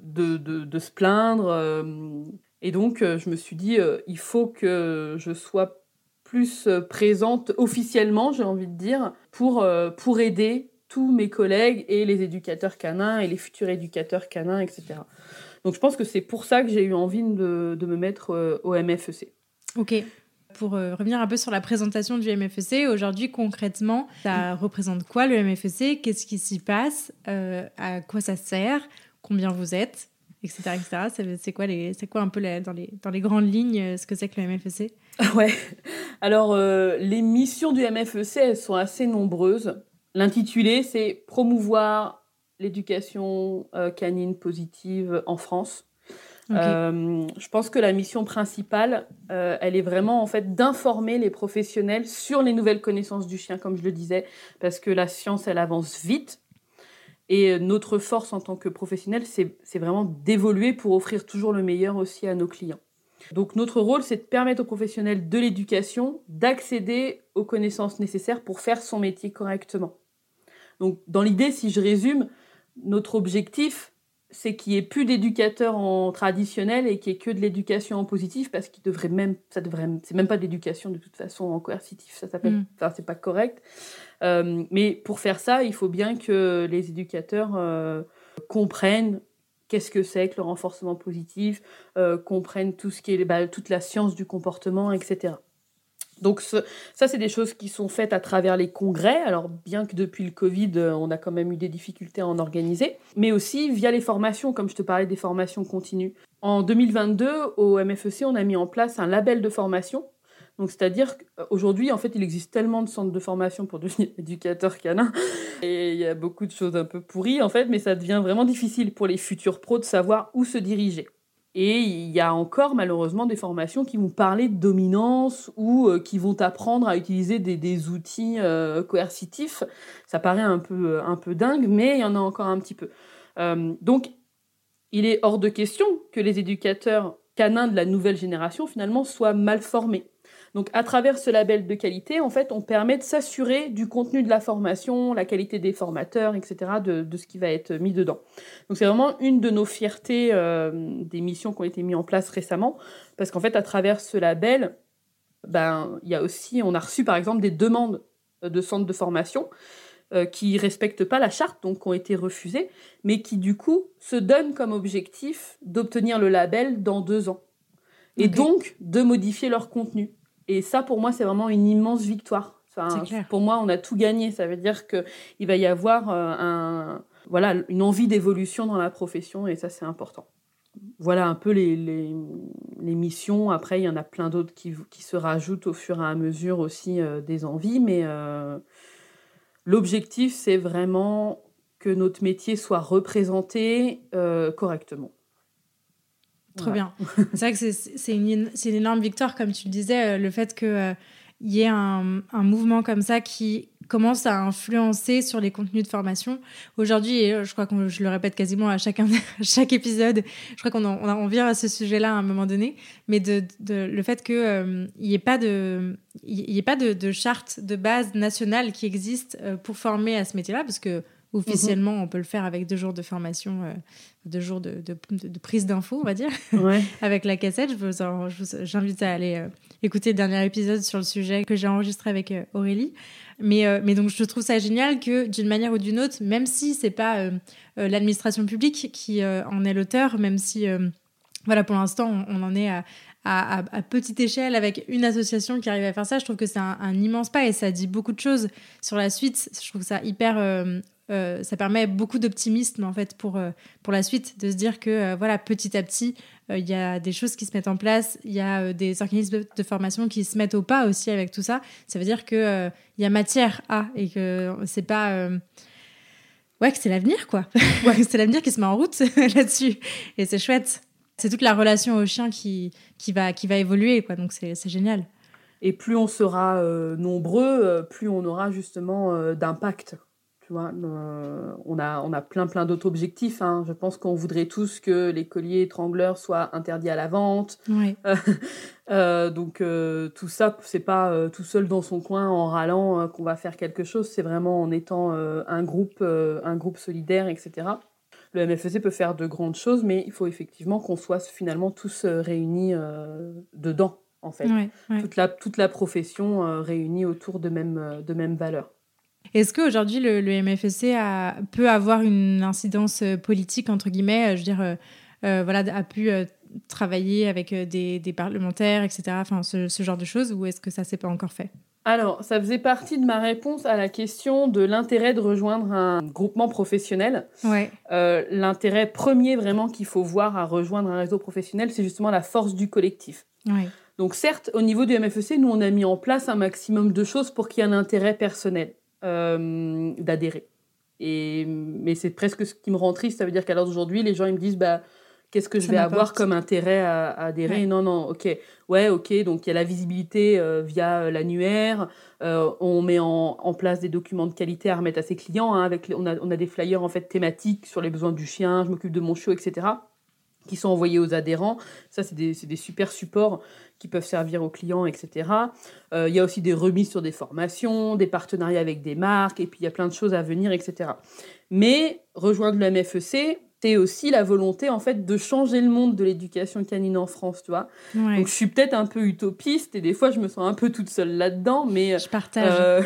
de se plaindre. Et donc, je me suis dit, il faut que je sois plus présente officiellement, j'ai envie de dire, pour aider tous mes collègues et les éducateurs canins et les futurs éducateurs canins, etc. Donc, je pense que c'est pour ça que j'ai eu envie de me mettre au MFEC. Ok. Pour revenir un peu sur la présentation du MFEC, aujourd'hui, concrètement, ça représente quoi le MFEC ? Qu'est-ce qui s'y passe ? À quoi ça sert ? Combien vous êtes ? Etc. C'est quoi un peu dans les grandes lignes ce que c'est que le MFEC ? Ouais. Alors, les missions du MFEC, elles sont assez nombreuses. L'intitulé, c'est « Promouvoir l'éducation canine positive en France ». Okay. Je pense que la mission principale, elle est vraiment en fait d'informer les professionnels sur les nouvelles connaissances du chien, comme je le disais, parce que la science, elle avance vite. Et notre force en tant que professionnel, c'est vraiment d'évoluer pour offrir toujours le meilleur aussi à nos clients. Donc notre rôle, c'est de permettre aux professionnels de l'éducation d'accéder aux connaissances nécessaires pour faire son métier correctement. Donc dans l'idée, si je résume, notre objectif, c'est qu'il n'y ait plus d'éducateurs en traditionnel et qu'il n'y ait que de l'éducation en positif, parce qu'il c'est même pas de l'éducation de toute façon en coercitif, ça s'appelle, c'est pas correct. Mais pour faire ça, il faut bien que les éducateurs comprennent qu'est-ce que c'est que le renforcement positif, comprennent tout ce qui est toute la science du comportement, etc. Donc ça, c'est des choses qui sont faites à travers les congrès. Alors bien que depuis le Covid, on a quand même eu des difficultés à en organiser, mais aussi via les formations, comme je te parlais des formations continues. En 2022, au MFEC, on a mis en place un label de formation. Donc c'est-à-dire qu'aujourd'hui, en fait, il existe tellement de centres de formation pour devenir éducateur canin, et il y a beaucoup de choses un peu pourries, en fait, mais ça devient vraiment difficile pour les futurs pros de savoir où se diriger. Et il y a encore malheureusement des formations qui vont parler de dominance ou qui vont t'apprendre à utiliser des outils coercitifs. Ça paraît un peu dingue, mais il y en a encore un petit peu. Donc, il est hors de question que les éducateurs canins de la nouvelle génération, finalement, soient mal formés. Donc, à travers ce label de qualité, en fait, on permet de s'assurer du contenu de la formation, la qualité des formateurs, etc., de ce qui va être mis dedans. Donc, c'est vraiment une de nos fiertés des missions qui ont été mises en place récemment, parce qu'en fait, à travers ce label, il y a aussi, on a reçu, par exemple, des demandes de centres de formation qui ne respectent pas la charte, donc qui ont été refusées, mais qui, du coup, se donnent comme objectif d'obtenir le label dans 2 ans. Et donc, de modifier leur contenu. Et ça, pour moi, c'est vraiment une immense victoire. Pour moi, on a tout gagné. Ça veut dire qu'il va y avoir une envie d'évolution dans la profession, et ça, c'est important. Voilà un peu les missions. Après, il y en a plein d'autres qui se rajoutent au fur et à mesure aussi des envies, mais l'objectif, c'est vraiment que notre métier soit représenté correctement. Trop bien. C'est vrai que c'est une énorme victoire, comme tu le disais, le fait qu'il y ait un mouvement comme ça qui commence à influencer sur les contenus de formation. Aujourd'hui, je crois que je le répète quasiment à chaque épisode, je crois qu'on vient à ce sujet-là à un moment donné, mais le fait qu'il n'y ait pas de charte de base nationale qui existe pour former à ce métier-là, parce que officiellement, on peut le faire avec 2 jours de formation, 2 jours de prise d'infos, on va dire, avec la cassette. J'invite à aller écouter le dernier épisode sur le sujet que j'ai enregistré avec Aurélie. Mais donc, je trouve ça génial que, d'une manière ou d'une autre, même si c'est pas l'administration publique qui en est l'auteur, même si, pour l'instant, on en est à petite échelle avec une association qui arrive à faire ça, je trouve que c'est un immense pas et ça dit beaucoup de choses sur la suite. Je trouve ça hyper... ça permet beaucoup d'optimisme en fait pour la suite, de se dire que petit à petit il y a des choses qui se mettent en place, il y a des organismes de formation qui se mettent au pas aussi avec tout ça. Ça veut dire que il y a matière à, et que c'est pas que c'est l'avenir quoi. C'est l'avenir qui se met en route là-dessus et c'est chouette. C'est toute la relation au chien qui va évoluer quoi, donc c'est génial. Et plus on sera nombreux, plus on aura justement d'impact. Tu vois, on a plein d'autres objectifs, hein. Je pense qu'on voudrait tous que les colliers étrangleurs soient interdits à la vente. Ouais. Donc tout ça, c'est pas tout seul dans son coin en râlant qu'on va faire quelque chose. C'est vraiment en étant un groupe solidaire, etc. Le MFEC peut faire de grandes choses, mais il faut effectivement qu'on soit finalement tous réunis dedans, en fait. Ouais. Toute la profession réunie autour de mêmes valeurs. Est-ce qu'aujourd'hui, le MFEC peut avoir une incidence politique, entre guillemets, je veux dire, a pu travailler avec des parlementaires, etc., enfin, ce genre de choses, ou est-ce que ça ne s'est pas encore fait ? Alors, ça faisait partie de ma réponse à la question de l'intérêt de rejoindre un groupement professionnel. Ouais. L'intérêt premier vraiment qu'il faut voir à rejoindre un réseau professionnel, c'est justement la force du collectif. Ouais. Donc certes, au niveau du MFEC, nous, on a mis en place un maximum de choses pour qu'il y ait un intérêt personnel d'adhérer. Mais c'est presque ce qui me rend triste. Ça veut dire qu'à l'heure d'aujourd'hui, les gens ils me disent qu'est-ce que je vais avoir comme intérêt à adhérer ? Ouais. Non, ok. Ouais, ok, donc il y a la visibilité via l'annuaire. On met en place des documents de qualité à remettre à ses clients. Hein, on a des flyers en fait thématiques sur les besoins du chien, je m'occupe de mon chiot, etc., qui sont envoyés aux adhérents. Ça, c'est des super supports qui peuvent servir aux clients, etc. Il y a aussi des remises sur des formations, des partenariats avec des marques, et puis il y a plein de choses à venir, etc. Mais rejoindre le MFEC, c'est aussi la volonté, en fait, de changer le monde de l'éducation canine en France, tu vois. Ouais. Donc, je suis peut-être un peu utopiste, et des fois, je me sens un peu toute seule là-dedans, mais... Je partage.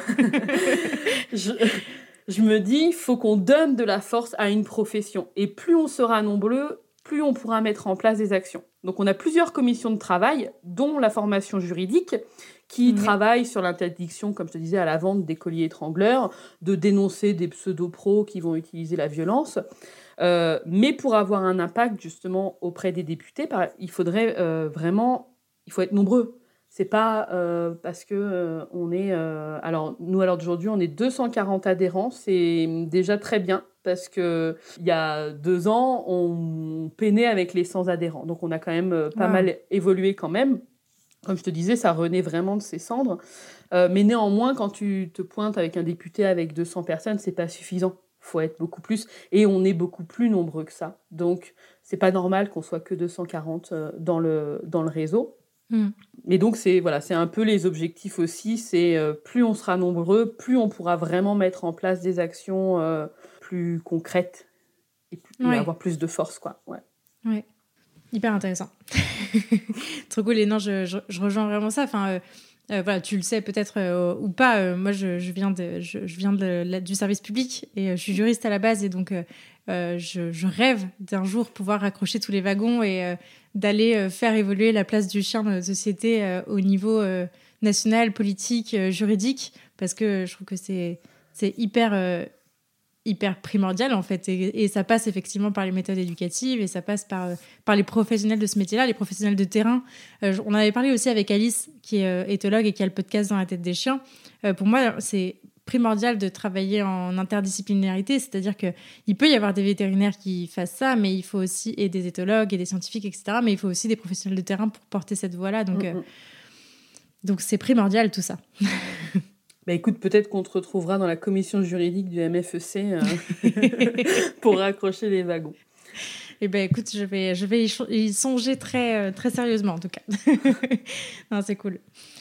Je me dis, il faut qu'on donne de la force à une profession. Et plus on sera nombreux, plus on pourra mettre en place des actions. Donc, on a plusieurs commissions de travail, dont la formation juridique, qui travaillent sur l'interdiction, comme je te disais, à la vente des colliers étrangleurs, de dénoncer des pseudo-pros qui vont utiliser la violence. Mais pour avoir un impact, justement, auprès des députés, il faudrait il faut être nombreux. C'est pas parce que on est... alors, nous, à l'heure d'aujourd'hui, on est 240 adhérents. C'est déjà très bien parce qu'il y a 2 ans, on peinait avec les 100 adhérents. Donc, on a quand même pas mal évolué quand même. Comme je te disais, ça renaît vraiment de ses cendres. Mais néanmoins, quand tu te pointes avec un député avec 200 personnes, c'est pas suffisant. Il faut être beaucoup plus. Et on est beaucoup plus nombreux que ça. Donc, c'est pas normal qu'on soit que 240 dans le réseau. Mais donc, c'est un peu les objectifs aussi. C'est plus on sera nombreux, plus on pourra vraiment mettre en place des actions plus concrètes et avoir plus de force, quoi. Ouais. Hyper intéressant. Trop cool. Et non, je rejoins vraiment ça. Enfin, tu le sais peut-être ou pas. Moi, je viens du service public et je suis juriste à la base. Et donc, je rêve d'un jour pouvoir raccrocher tous les wagons et d'aller faire évoluer la place du chien dans notre société au niveau national, politique, juridique. Parce que je trouve que c'est hyper primordial en fait et ça passe effectivement par les méthodes éducatives et ça passe par les professionnels de ce métier-là, les professionnels de terrain. On en avait parlé aussi avec Alice qui est éthologue et qui a le podcast Dans la tête des chiens. Pour moi, c'est primordial de travailler en interdisciplinarité, c'est-à-dire qu'il peut y avoir des vétérinaires qui fassent ça, mais il faut aussi, et des éthologues et des scientifiques, etc., mais il faut aussi des professionnels de terrain pour porter cette voie-là. Donc c'est primordial tout ça. Écoute, peut-être qu'on te retrouvera dans la commission juridique du MFEC pour raccrocher les wagons. Écoute, je vais y songer très, très sérieusement, en tout cas. Non, c'est cool.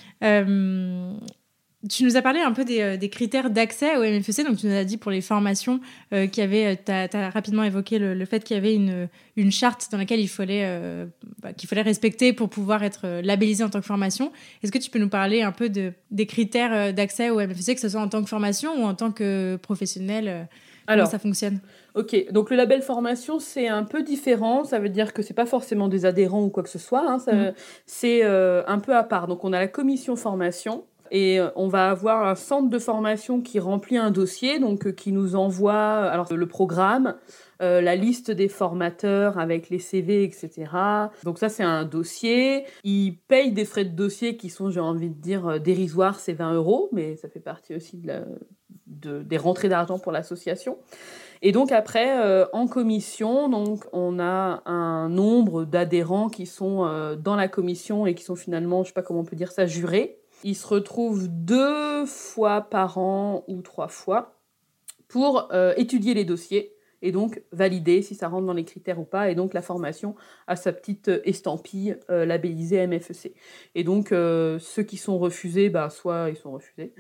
Tu nous as parlé un peu des critères d'accès au MFEC. Donc, tu nous as dit pour les formations tu as rapidement évoqué le fait qu'il y avait une charte dans laquelle qu'il fallait respecter pour pouvoir être labellisé en tant que formation. Est-ce que tu peux nous parler un peu des critères d'accès au MFEC, que ce soit en tant que formation ou en tant que professionnel comment ça fonctionne ? Ok, donc le label formation, c'est un peu différent. Ça veut dire que c'est pas forcément des adhérents ou quoi que ce soit. Hein. C'est un peu à part. Donc, on a la commission formation. Et on va avoir un centre de formation qui remplit un dossier, donc qui nous envoie le programme, la liste des formateurs avec les CV, etc. Donc ça, c'est un dossier. Ils payent des frais de dossier qui sont, j'ai envie de dire, dérisoires, c'est 20 €, mais ça fait partie aussi des rentrées d'argent pour l'association. Et donc après, en commission, donc, on a un nombre d'adhérents qui sont dans la commission et qui sont finalement, je ne sais pas comment on peut dire ça, jurés. Ils se retrouvent 2 fois par an ou 3 fois pour étudier les dossiers et donc valider si ça rentre dans les critères ou pas. Et donc la formation a sa petite estampille labellisée MFEC. Et donc ceux qui sont refusés, soit ils sont refusés,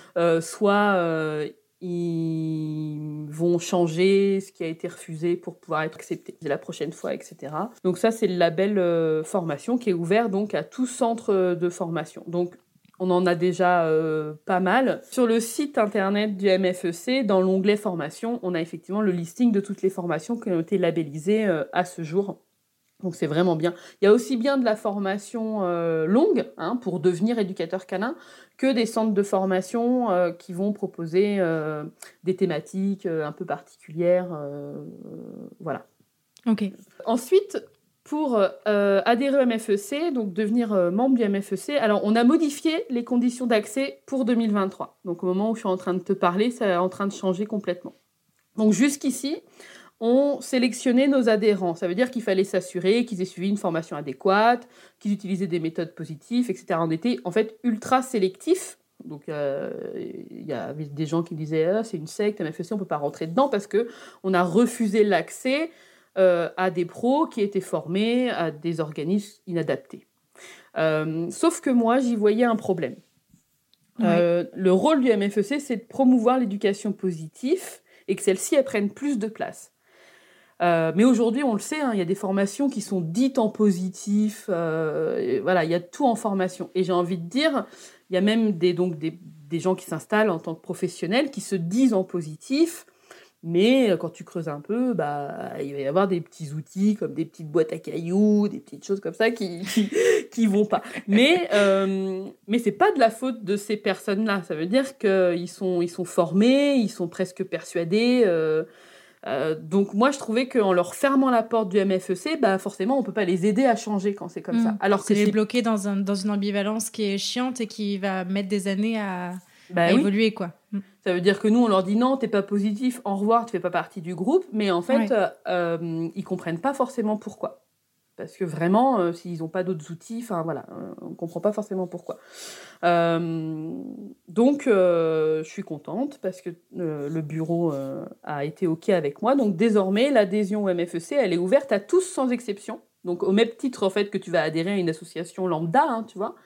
soit ils vont changer ce qui a été refusé pour pouvoir être accepté la prochaine fois, etc. Donc ça, c'est le label formation qui est ouvert donc à tout centre de formation. Donc on en a déjà pas mal. Sur le site internet du MFEC, dans l'onglet formation, on a effectivement le listing de toutes les formations qui ont été labellisées à ce jour. Donc c'est vraiment bien. Il y a aussi bien de la formation longue pour devenir éducateur canin que des centres de formation qui vont proposer des thématiques un peu particulières. Voilà. Ok. Ensuite, pour adhérer au MFEC, donc devenir membre du MFEC, alors on a modifié les conditions d'accès pour 2023. Donc au moment où je suis en train de te parler, ça est en train de changer complètement. Donc jusqu'ici, on sélectionnait nos adhérents. Ça veut dire qu'il fallait s'assurer qu'ils aient suivi une formation adéquate, qu'ils utilisaient des méthodes positives, etc. On était en fait ultra sélectif. Donc il y avait des gens qui disaient c'est une secte, MFEC, on ne peut pas rentrer dedans parce qu'on a refusé l'accès à des pros qui étaient formés à des organismes inadaptés. Sauf que moi, j'y voyais un problème. Ouais. Le rôle du MFEC, c'est de promouvoir l'éducation positive et que celle-ci, elle prenne plus de place. Mais aujourd'hui, on le sait, il y a des formations qui sont dites en positif. Voilà, il y a tout en formation. Et j'ai envie de dire, il y a même des gens qui s'installent en tant que professionnels qui se disent en positif. Mais quand tu creuses un peu, il va y avoir des petits outils comme des petites boîtes à cailloux, des petites choses comme ça qui vont pas. Mais c'est pas de la faute de ces personnes-là. Ça veut dire qu'ils sont formés, ils sont presque persuadés. Donc moi je trouvais qu'en leur fermant la porte du MFEC, forcément on peut pas les aider à changer quand c'est comme ça. Alors que c'est bloqué dans une ambivalence qui est chiante et qui va mettre des années à évoluer quoi. Ça veut dire que nous on leur dit non, t'es pas positif, au revoir, tu fais pas partie du groupe, mais en fait ils comprennent pas forcément pourquoi. Parce que vraiment, s'ils n'ont pas d'autres outils, on ne comprend pas forcément pourquoi. Donc, je suis contente parce que le bureau a été OK avec moi. Donc, désormais, l'adhésion au MFEC, elle est ouverte à tous sans exception. Donc, au même titre, en fait, que tu vas adhérer à une association lambda, tu vois.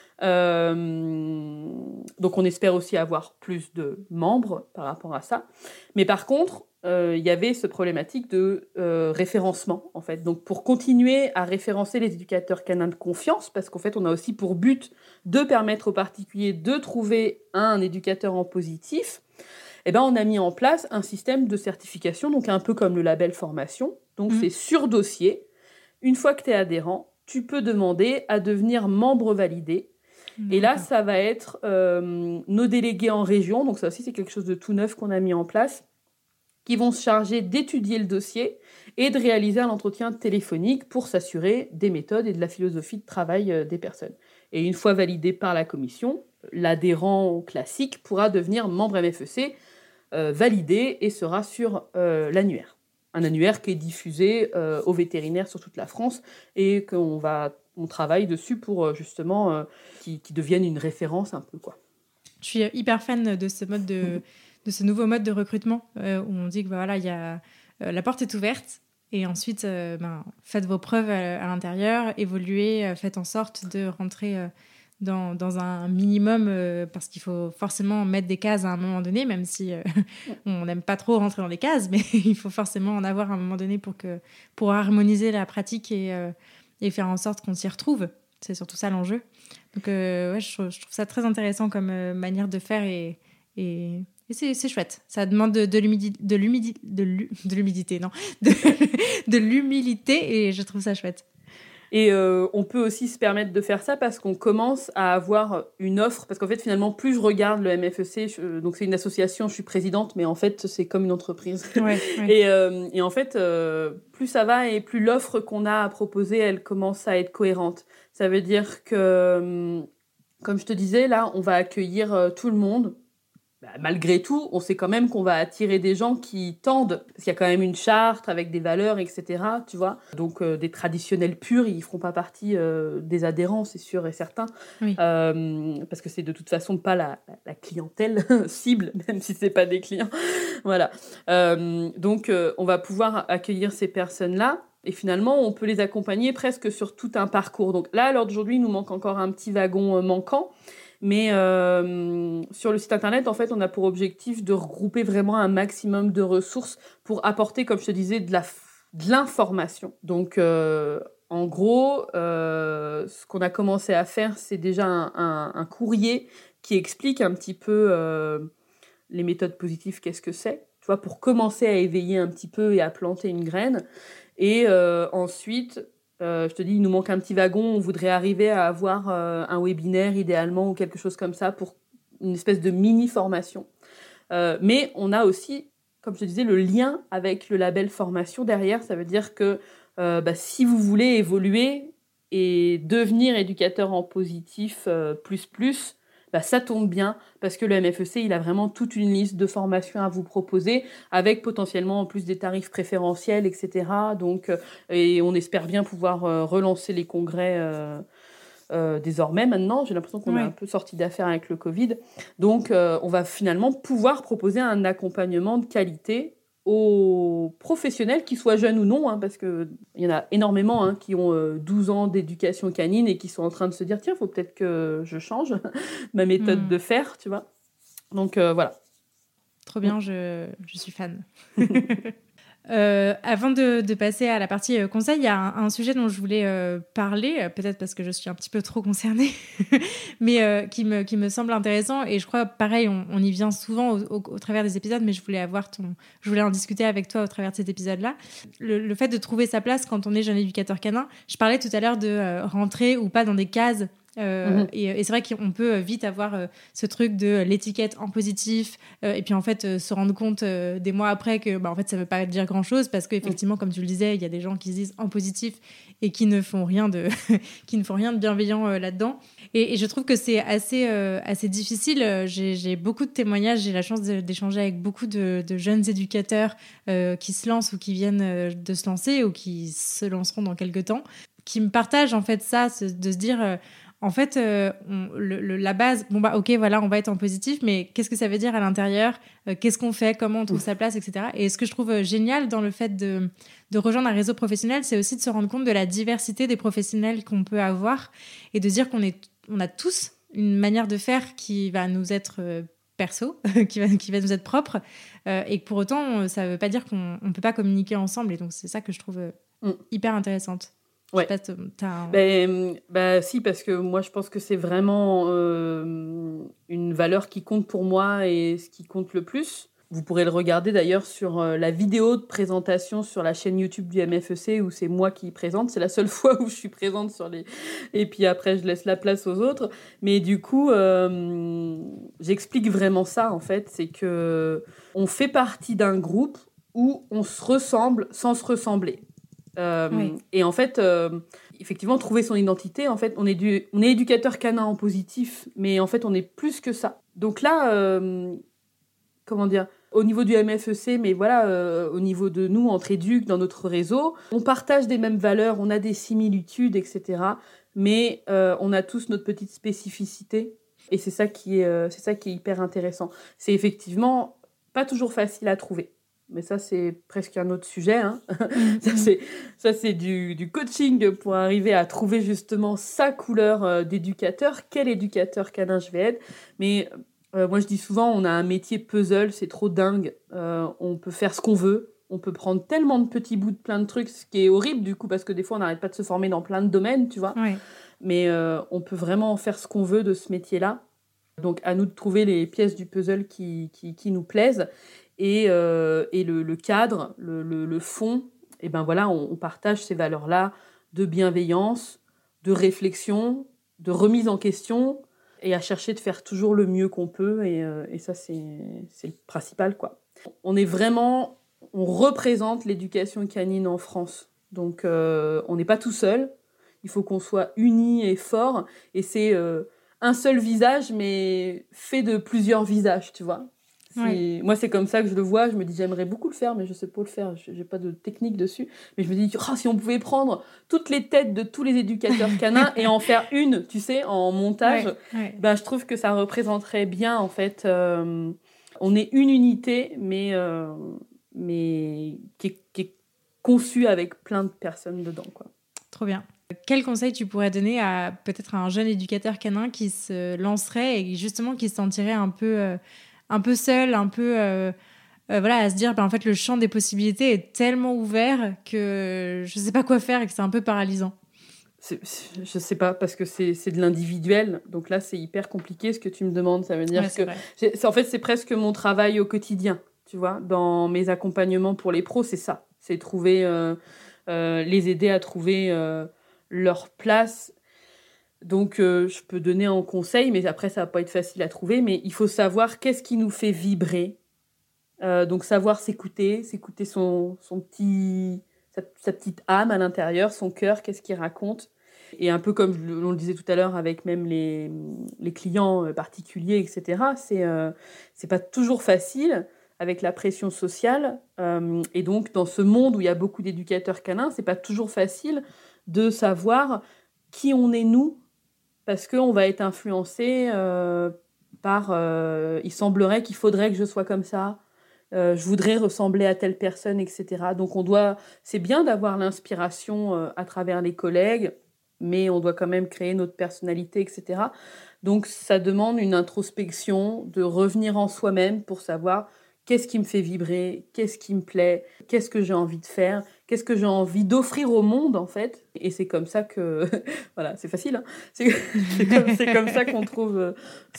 Donc, on espère aussi avoir plus de membres par rapport à ça. Mais par contre, il y avait ce problématique de référencement, en fait. Donc, pour continuer à référencer les éducateurs canins de confiance, parce qu'en fait, on a aussi pour but de permettre aux particuliers de trouver un éducateur en positif, on a mis en place un système de certification, donc un peu comme le label formation. Donc, c'est sur dossier. Une fois que tu es adhérent, tu peux demander à devenir membre validé. Et là, ça va être nos délégués en région. Donc, ça aussi, c'est quelque chose de tout neuf qu'on a mis en place, qui vont se charger d'étudier le dossier et de réaliser un entretien téléphonique pour s'assurer des méthodes et de la philosophie de travail des personnes. Et une fois validé par la commission, l'adhérent classique pourra devenir membre MFEC validé et sera sur l'annuaire. Un annuaire qui est diffusé aux vétérinaires sur toute la France et on travaille dessus pour justement qui devienne une référence un peu, quoi. Je suis hyper fan de ce mode de ce nouveau mode de recrutement où on dit que y a la porte est ouverte et ensuite faites vos preuves à l'intérieur, évoluez, faites en sorte de rentrer dans un minimum parce qu'il faut forcément mettre des cases à un moment donné, même si on n'aime pas trop rentrer dans les cases, mais il faut forcément en avoir à un moment donné pour harmoniser la pratique et faire en sorte qu'on s'y retrouve. C'est surtout ça l'enjeu. Donc je trouve ça très intéressant comme manière de faire et c'est chouette. Ça demande de l'humilité et je trouve ça chouette. Et on peut aussi se permettre de faire ça parce qu'on commence à avoir une offre. Parce qu'en fait, finalement, plus je regarde le MFEC, donc c'est une association, je suis présidente, mais en fait, c'est comme une entreprise. Ouais. Et en fait, plus ça va et plus l'offre qu'on a à proposer, elle commence à être cohérente. Ça veut dire que, comme je te disais, là, on va accueillir tout le monde. malgré tout, on sait quand même qu'on va attirer des gens qui tendent, parce qu'il y a quand même une charte avec des valeurs, etc., tu vois. Donc, des traditionnels purs, ils feront pas partie des adhérents, c'est sûr et certain. Oui. Parce que c'est de toute façon pas la clientèle cible, même si c'est pas des clients. Voilà. Donc, on va pouvoir accueillir ces personnes-là. Et finalement, on peut les accompagner presque sur tout un parcours. Donc là, à l'heure d'aujourd'hui, il nous manque encore un petit wagon manquant. Mais sur le site internet, en fait, on a pour objectif de regrouper vraiment un maximum de ressources pour apporter, comme je te disais, de l'information. Donc, en gros, ce qu'on a commencé à faire, c'est déjà un courrier qui explique un petit peu les méthodes positives, qu'est-ce que c'est, tu vois, pour commencer à éveiller un petit peu et à planter une graine. Et ensuite... je te dis, il nous manque un petit wagon. On voudrait arriver à avoir un webinaire idéalement ou quelque chose comme ça pour une espèce de mini-formation. Mais on a aussi, comme je te disais, le lien avec le label formation derrière. Ça veut dire que si vous voulez évoluer et devenir éducateur en positif plus, ça tombe bien parce que le MFEC, il a vraiment toute une liste de formations à vous proposer avec potentiellement en plus des tarifs préférentiels, etc. Donc, et on espère bien pouvoir relancer les congrès désormais maintenant. J'ai l'impression qu'on est un peu sorti d'affaire avec le Covid. Donc, on va finalement pouvoir proposer un accompagnement de qualité aux professionnels, qu'ils soient jeunes ou non, parce qu'il y en a énormément qui ont 12 ans d'éducation canine et qui sont en train de se dire « Tiens, il faut peut-être que je change ma méthode de faire, tu vois ?» Donc, voilà. Trop bien, je suis fan. Avant de passer à la partie conseil, il y a un sujet dont je voulais parler, peut-être parce que je suis un petit peu trop concernée, mais qui me semble intéressant. Et je crois, pareil, on y vient souvent au travers des épisodes, mais je voulais en discuter avec toi au travers de cet épisode-là. Le fait de trouver sa place quand on est jeune éducateur canin. Je parlais tout à l'heure de rentrer ou pas dans des cases. Et c'est vrai qu'on peut vite avoir ce truc de l'étiquette en positif et puis en fait se rendre compte des mois après que en fait ça veut pas dire grand chose parce qu'effectivement comme tu le disais il y a des gens qui se disent en positif et qui ne font rien de qui ne font rien de bienveillant là-dedans et je trouve que c'est assez difficile. J'ai beaucoup de témoignages, j'ai la chance d'échanger avec beaucoup de jeunes éducateurs qui se lancent ou qui viennent de se lancer ou qui se lanceront dans quelques temps, qui me partagent en fait ça, de se dire en fait, la base, ok, voilà, on va être en positif, mais qu'est-ce que ça veut dire à l'intérieur ? Qu'est-ce qu'on fait ? Comment on trouve sa place, etc. Et ce que je trouve génial dans le fait de rejoindre un réseau professionnel, c'est aussi de se rendre compte de la diversité des professionnels qu'on peut avoir et de dire qu'on a tous une manière de faire qui va nous être perso, qui va nous être propre, et que pour autant, ça ne veut pas dire qu'on ne peut pas communiquer ensemble. Et donc, c'est ça que je trouve hyper intéressante. Ouais. Si, parce que moi je pense que c'est vraiment une valeur qui compte pour moi et ce qui compte le plus. Vous pourrez le regarder d'ailleurs sur la vidéo de présentation sur la chaîne YouTube du MFEC où c'est moi qui présente. C'est la seule fois où je suis présente et puis après je laisse la place aux autres. Mais du coup, j'explique vraiment ça en fait. C'est que on fait partie d'un groupe où on se ressemble sans se ressembler. Et en fait, effectivement, trouver son identité, en fait, on est éducateur canin en positif, mais en fait, on est plus que ça. Donc là, comment dire, au niveau du MFEC, mais voilà, au niveau de nous, entre éducs, dans notre réseau, on partage des mêmes valeurs, on a des similitudes, etc. Mais on a tous notre petite spécificité. Et c'est ça qui est hyper intéressant. C'est effectivement pas toujours facile à trouver. Mais ça, c'est presque un autre sujet. Ça, c'est du coaching pour arriver à trouver justement sa couleur d'éducateur. Quel éducateur canin je vais être ? Mais moi, je dis souvent, on a un métier puzzle, c'est trop dingue. On peut faire ce qu'on veut. On peut prendre tellement de petits bouts de plein de trucs, ce qui est horrible du coup, parce que des fois, on n'arrête pas de se former dans plein de domaines, tu vois. Ouais. Mais on peut vraiment faire ce qu'on veut de ce métier-là. Donc, à nous de trouver les pièces du puzzle qui nous plaisent. Et le cadre, le fond, et ben voilà, on partage ces valeurs-là de bienveillance, de réflexion, de remise en question, et à chercher de faire toujours le mieux qu'on peut, et ça, c'est le principal, quoi. On représente l'éducation canine en France. Donc, on n'est pas tout seul, il faut qu'on soit unis et forts, et c'est un seul visage, mais fait de plusieurs visages, tu vois. Ouais. Moi, c'est comme ça que je le vois. Je me dis, j'aimerais beaucoup le faire, mais je sais pas le faire. J'ai pas de technique dessus. Mais je me dis, oh, si on pouvait prendre toutes les têtes de tous les éducateurs canins et en faire une, tu sais, en montage, Ouais. ben, je trouve que ça représenterait bien, en fait. On est une unité, mais qui est conçue avec plein de personnes dedans, quoi. Trop bien. Quel conseil tu pourrais donner à peut-être un jeune éducateur canin qui se lancerait et justement qui se sentirait un peu seul, un peu voilà, à se dire en fait le champ des possibilités est tellement ouvert que je sais pas quoi faire et que c'est un peu paralysant. Je sais pas, parce que c'est de l'individuel. Donc là, c'est hyper compliqué ce que tu me demandes. Ça veut dire C'est que vrai. en fait, c'est presque mon travail au quotidien. Tu vois, dans mes accompagnements pour les pros, c'est ça. C'est trouver, les aider à trouver leur place. Donc, je peux donner un conseil, mais après, ça va pas être facile à trouver. Mais il faut savoir qu'est-ce qui nous fait vibrer. Donc, savoir s'écouter son petit, sa petite âme à l'intérieur, son cœur, qu'est-ce qu'il raconte. Et un peu comme on le disait tout à l'heure avec même les clients particuliers, etc., c'est pas toujours facile avec la pression sociale. Et donc, dans ce monde où il y a beaucoup d'éducateurs canins, c'est pas toujours facile de savoir qui on est nous, parce qu'on va être influencé par il semblerait qu'il faudrait que je sois comme ça, je voudrais ressembler à telle personne, etc. Donc c'est bien d'avoir l'inspiration à travers les collègues, mais on doit quand même créer notre personnalité, etc. Donc ça demande une introspection, de revenir en soi-même pour savoir qu'est-ce qui me fait vibrer, qu'est-ce qui me plaît, qu'est-ce que j'ai envie de faire, qu'est-ce que j'ai envie d'offrir au monde, en fait. Et c'est comme ça que... voilà, c'est facile, hein. C'est comme ça qu'on trouve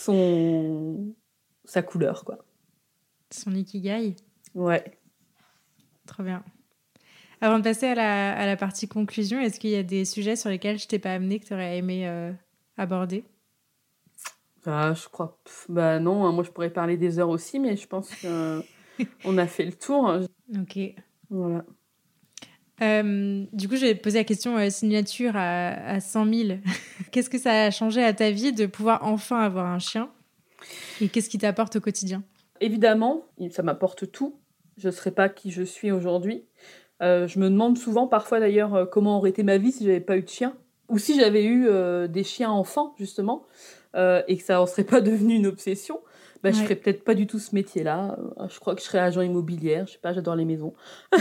sa couleur, quoi. Son ikigai. Ouais. Trop bien. Avant de passer à la partie conclusion, est-ce qu'il y a des sujets sur lesquels je t'ai pas amené que tu aurais aimé aborder ? Ah, je crois... bah non, hein, moi je pourrais parler des heures aussi, mais je pense qu'on a fait le tour. Ok. Voilà. Du coup, je vais poser la question signature à 100 000. Qu'est-ce que ça a changé à ta vie de pouvoir enfin avoir un chien ? Et qu'est-ce qui t'apporte au quotidien ? Évidemment, ça m'apporte tout. Je ne serais pas qui je suis aujourd'hui. Je me demande souvent, parfois d'ailleurs, comment aurait été ma vie si j'avais pas eu de chien. Ou si j'avais eu des chiens enfants, justement, et que ça en serait pas devenu une obsession. Bah, je ferais peut-être pas du tout ce métier-là. Je crois que je serais agent immobilière. Je sais pas, j'adore les maisons.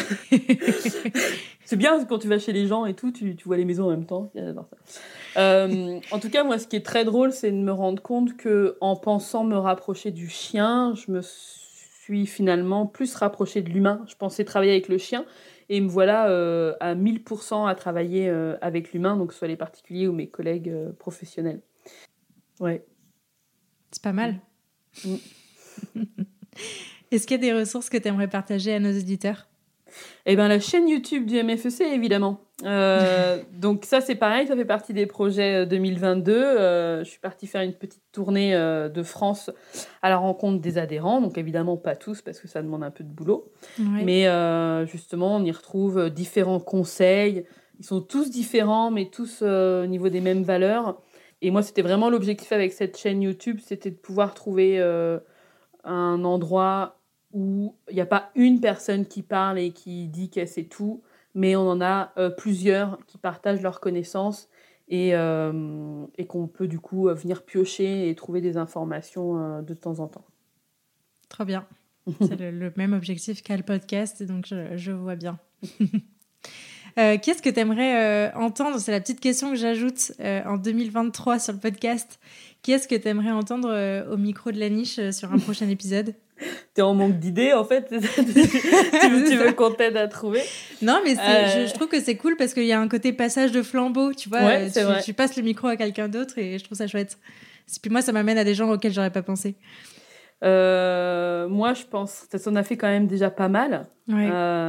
C'est bien quand tu vas chez les gens et tout, tu vois les maisons en même temps. J'adore ça. En tout cas, moi, ce qui est très drôle, c'est de me rendre compte que, en pensant me rapprocher du chien, je me suis finalement plus rapprochée de l'humain. Je pensais travailler avec le chien et me voilà à 1000% à travailler avec l'humain, donc que ce soit les particuliers ou mes collègues professionnels. Ouais. C'est pas mal. Mm. Est-ce qu'il y a des ressources que tu aimerais partager à nos auditeurs ? Eh ben, la chaîne YouTube du MFEC, évidemment. Donc ça, c'est pareil, ça fait partie des projets 2022. Je suis partie faire une petite tournée de France à la rencontre des adhérents. Donc évidemment, pas tous, parce que ça demande un peu de boulot. Ouais. Mais justement, on y retrouve différents conseils. Ils sont tous différents, mais tous au niveau des mêmes valeurs. Et moi, c'était vraiment l'objectif avec cette chaîne YouTube, c'était de pouvoir trouver un endroit où il n'y a pas une personne qui parle et qui dit qu'elle sait tout, mais on en a plusieurs qui partagent leurs connaissances et qu'on peut du coup venir piocher et trouver des informations de temps en temps. Trop bien. C'est le même objectif qu'a le podcast, donc je vois bien. Qu'est-ce que tu aimerais entendre ? C'est la petite question que j'ajoute en 2023 sur le podcast. Qu'est-ce que tu aimerais entendre au micro de la niche sur un prochain épisode ? T'es en manque d'idées, en fait. tu veux qu'on t'aide à trouver ? Non, mais je trouve que c'est cool parce qu'il y a un côté passage de flambeau, tu vois. Ouais, tu passes le micro à quelqu'un d'autre et je trouve ça chouette. Puis moi, ça m'amène à des gens auxquels j'aurais pas pensé. Moi, je pense... Ça en a fait quand même déjà pas mal. Ouais.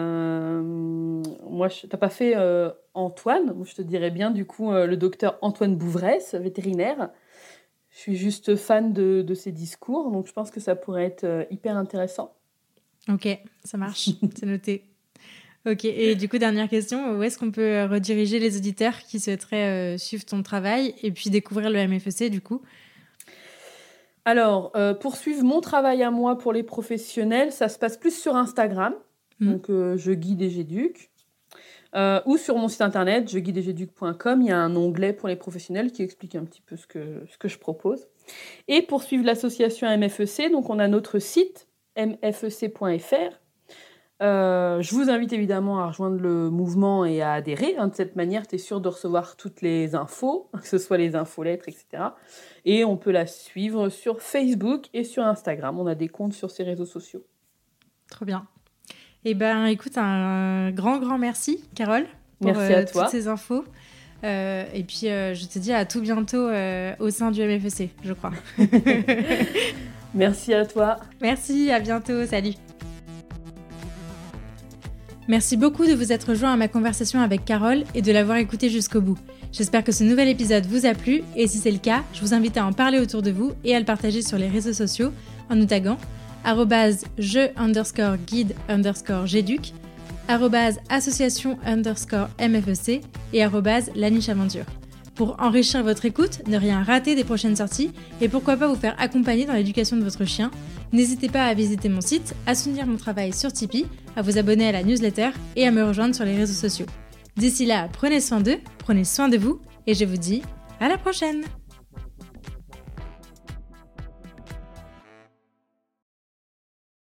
Moi, t'as pas fait Antoine. Moi, je te dirais bien, du coup, le docteur Antoine Bouvresse, vétérinaire. Je suis juste fan de ses discours, donc je pense que ça pourrait être hyper intéressant. Ok, ça marche, c'est noté. Ok, et du coup, dernière question, où est-ce qu'on peut rediriger les auditeurs qui souhaiteraient suivre ton travail et puis découvrir le MFEC, du coup ? Alors, pour suivre mon travail à moi pour les professionnels, ça se passe plus sur Instagram. Donc, je guide et j'éduque. Ou sur mon site internet, jeguideetjeduque.com, il y a un onglet pour les professionnels qui explique un petit peu ce que je propose. Et pour suivre l'association MFEC, donc on a notre site mfec.fr. Je vous invite évidemment à rejoindre le mouvement et à adhérer. De cette manière, tu es sûr de recevoir toutes les infos, que ce soit les infolettres, etc. Et on peut la suivre sur Facebook et sur Instagram. On a des comptes sur ces réseaux sociaux. Trop bien. Eh bien, écoute, un grand merci, Carole, pour merci à toi. toutes ces infos. Et puis, je te dis à tout bientôt au sein du MFEC, je crois. Merci à toi. Merci, à bientôt, salut. Merci beaucoup de vous être rejoint à ma conversation avec Carole et de l'avoir écoutée jusqu'au bout. J'espère que ce nouvel épisode vous a plu et si c'est le cas, je vous invite à en parler autour de vous et à le partager sur les réseaux sociaux en nous taguant @je_guide_j'éduque, @association_MFEC et @lanicheaventure. Pour enrichir votre écoute, ne rien rater des prochaines sorties et pourquoi pas vous faire accompagner dans l'éducation de votre chien, n'hésitez pas à visiter mon site, à soutenir mon travail sur Tipeee, à vous abonner à la newsletter et à me rejoindre sur les réseaux sociaux. D'ici là, prenez soin d'eux, prenez soin de vous et je vous dis à la prochaine!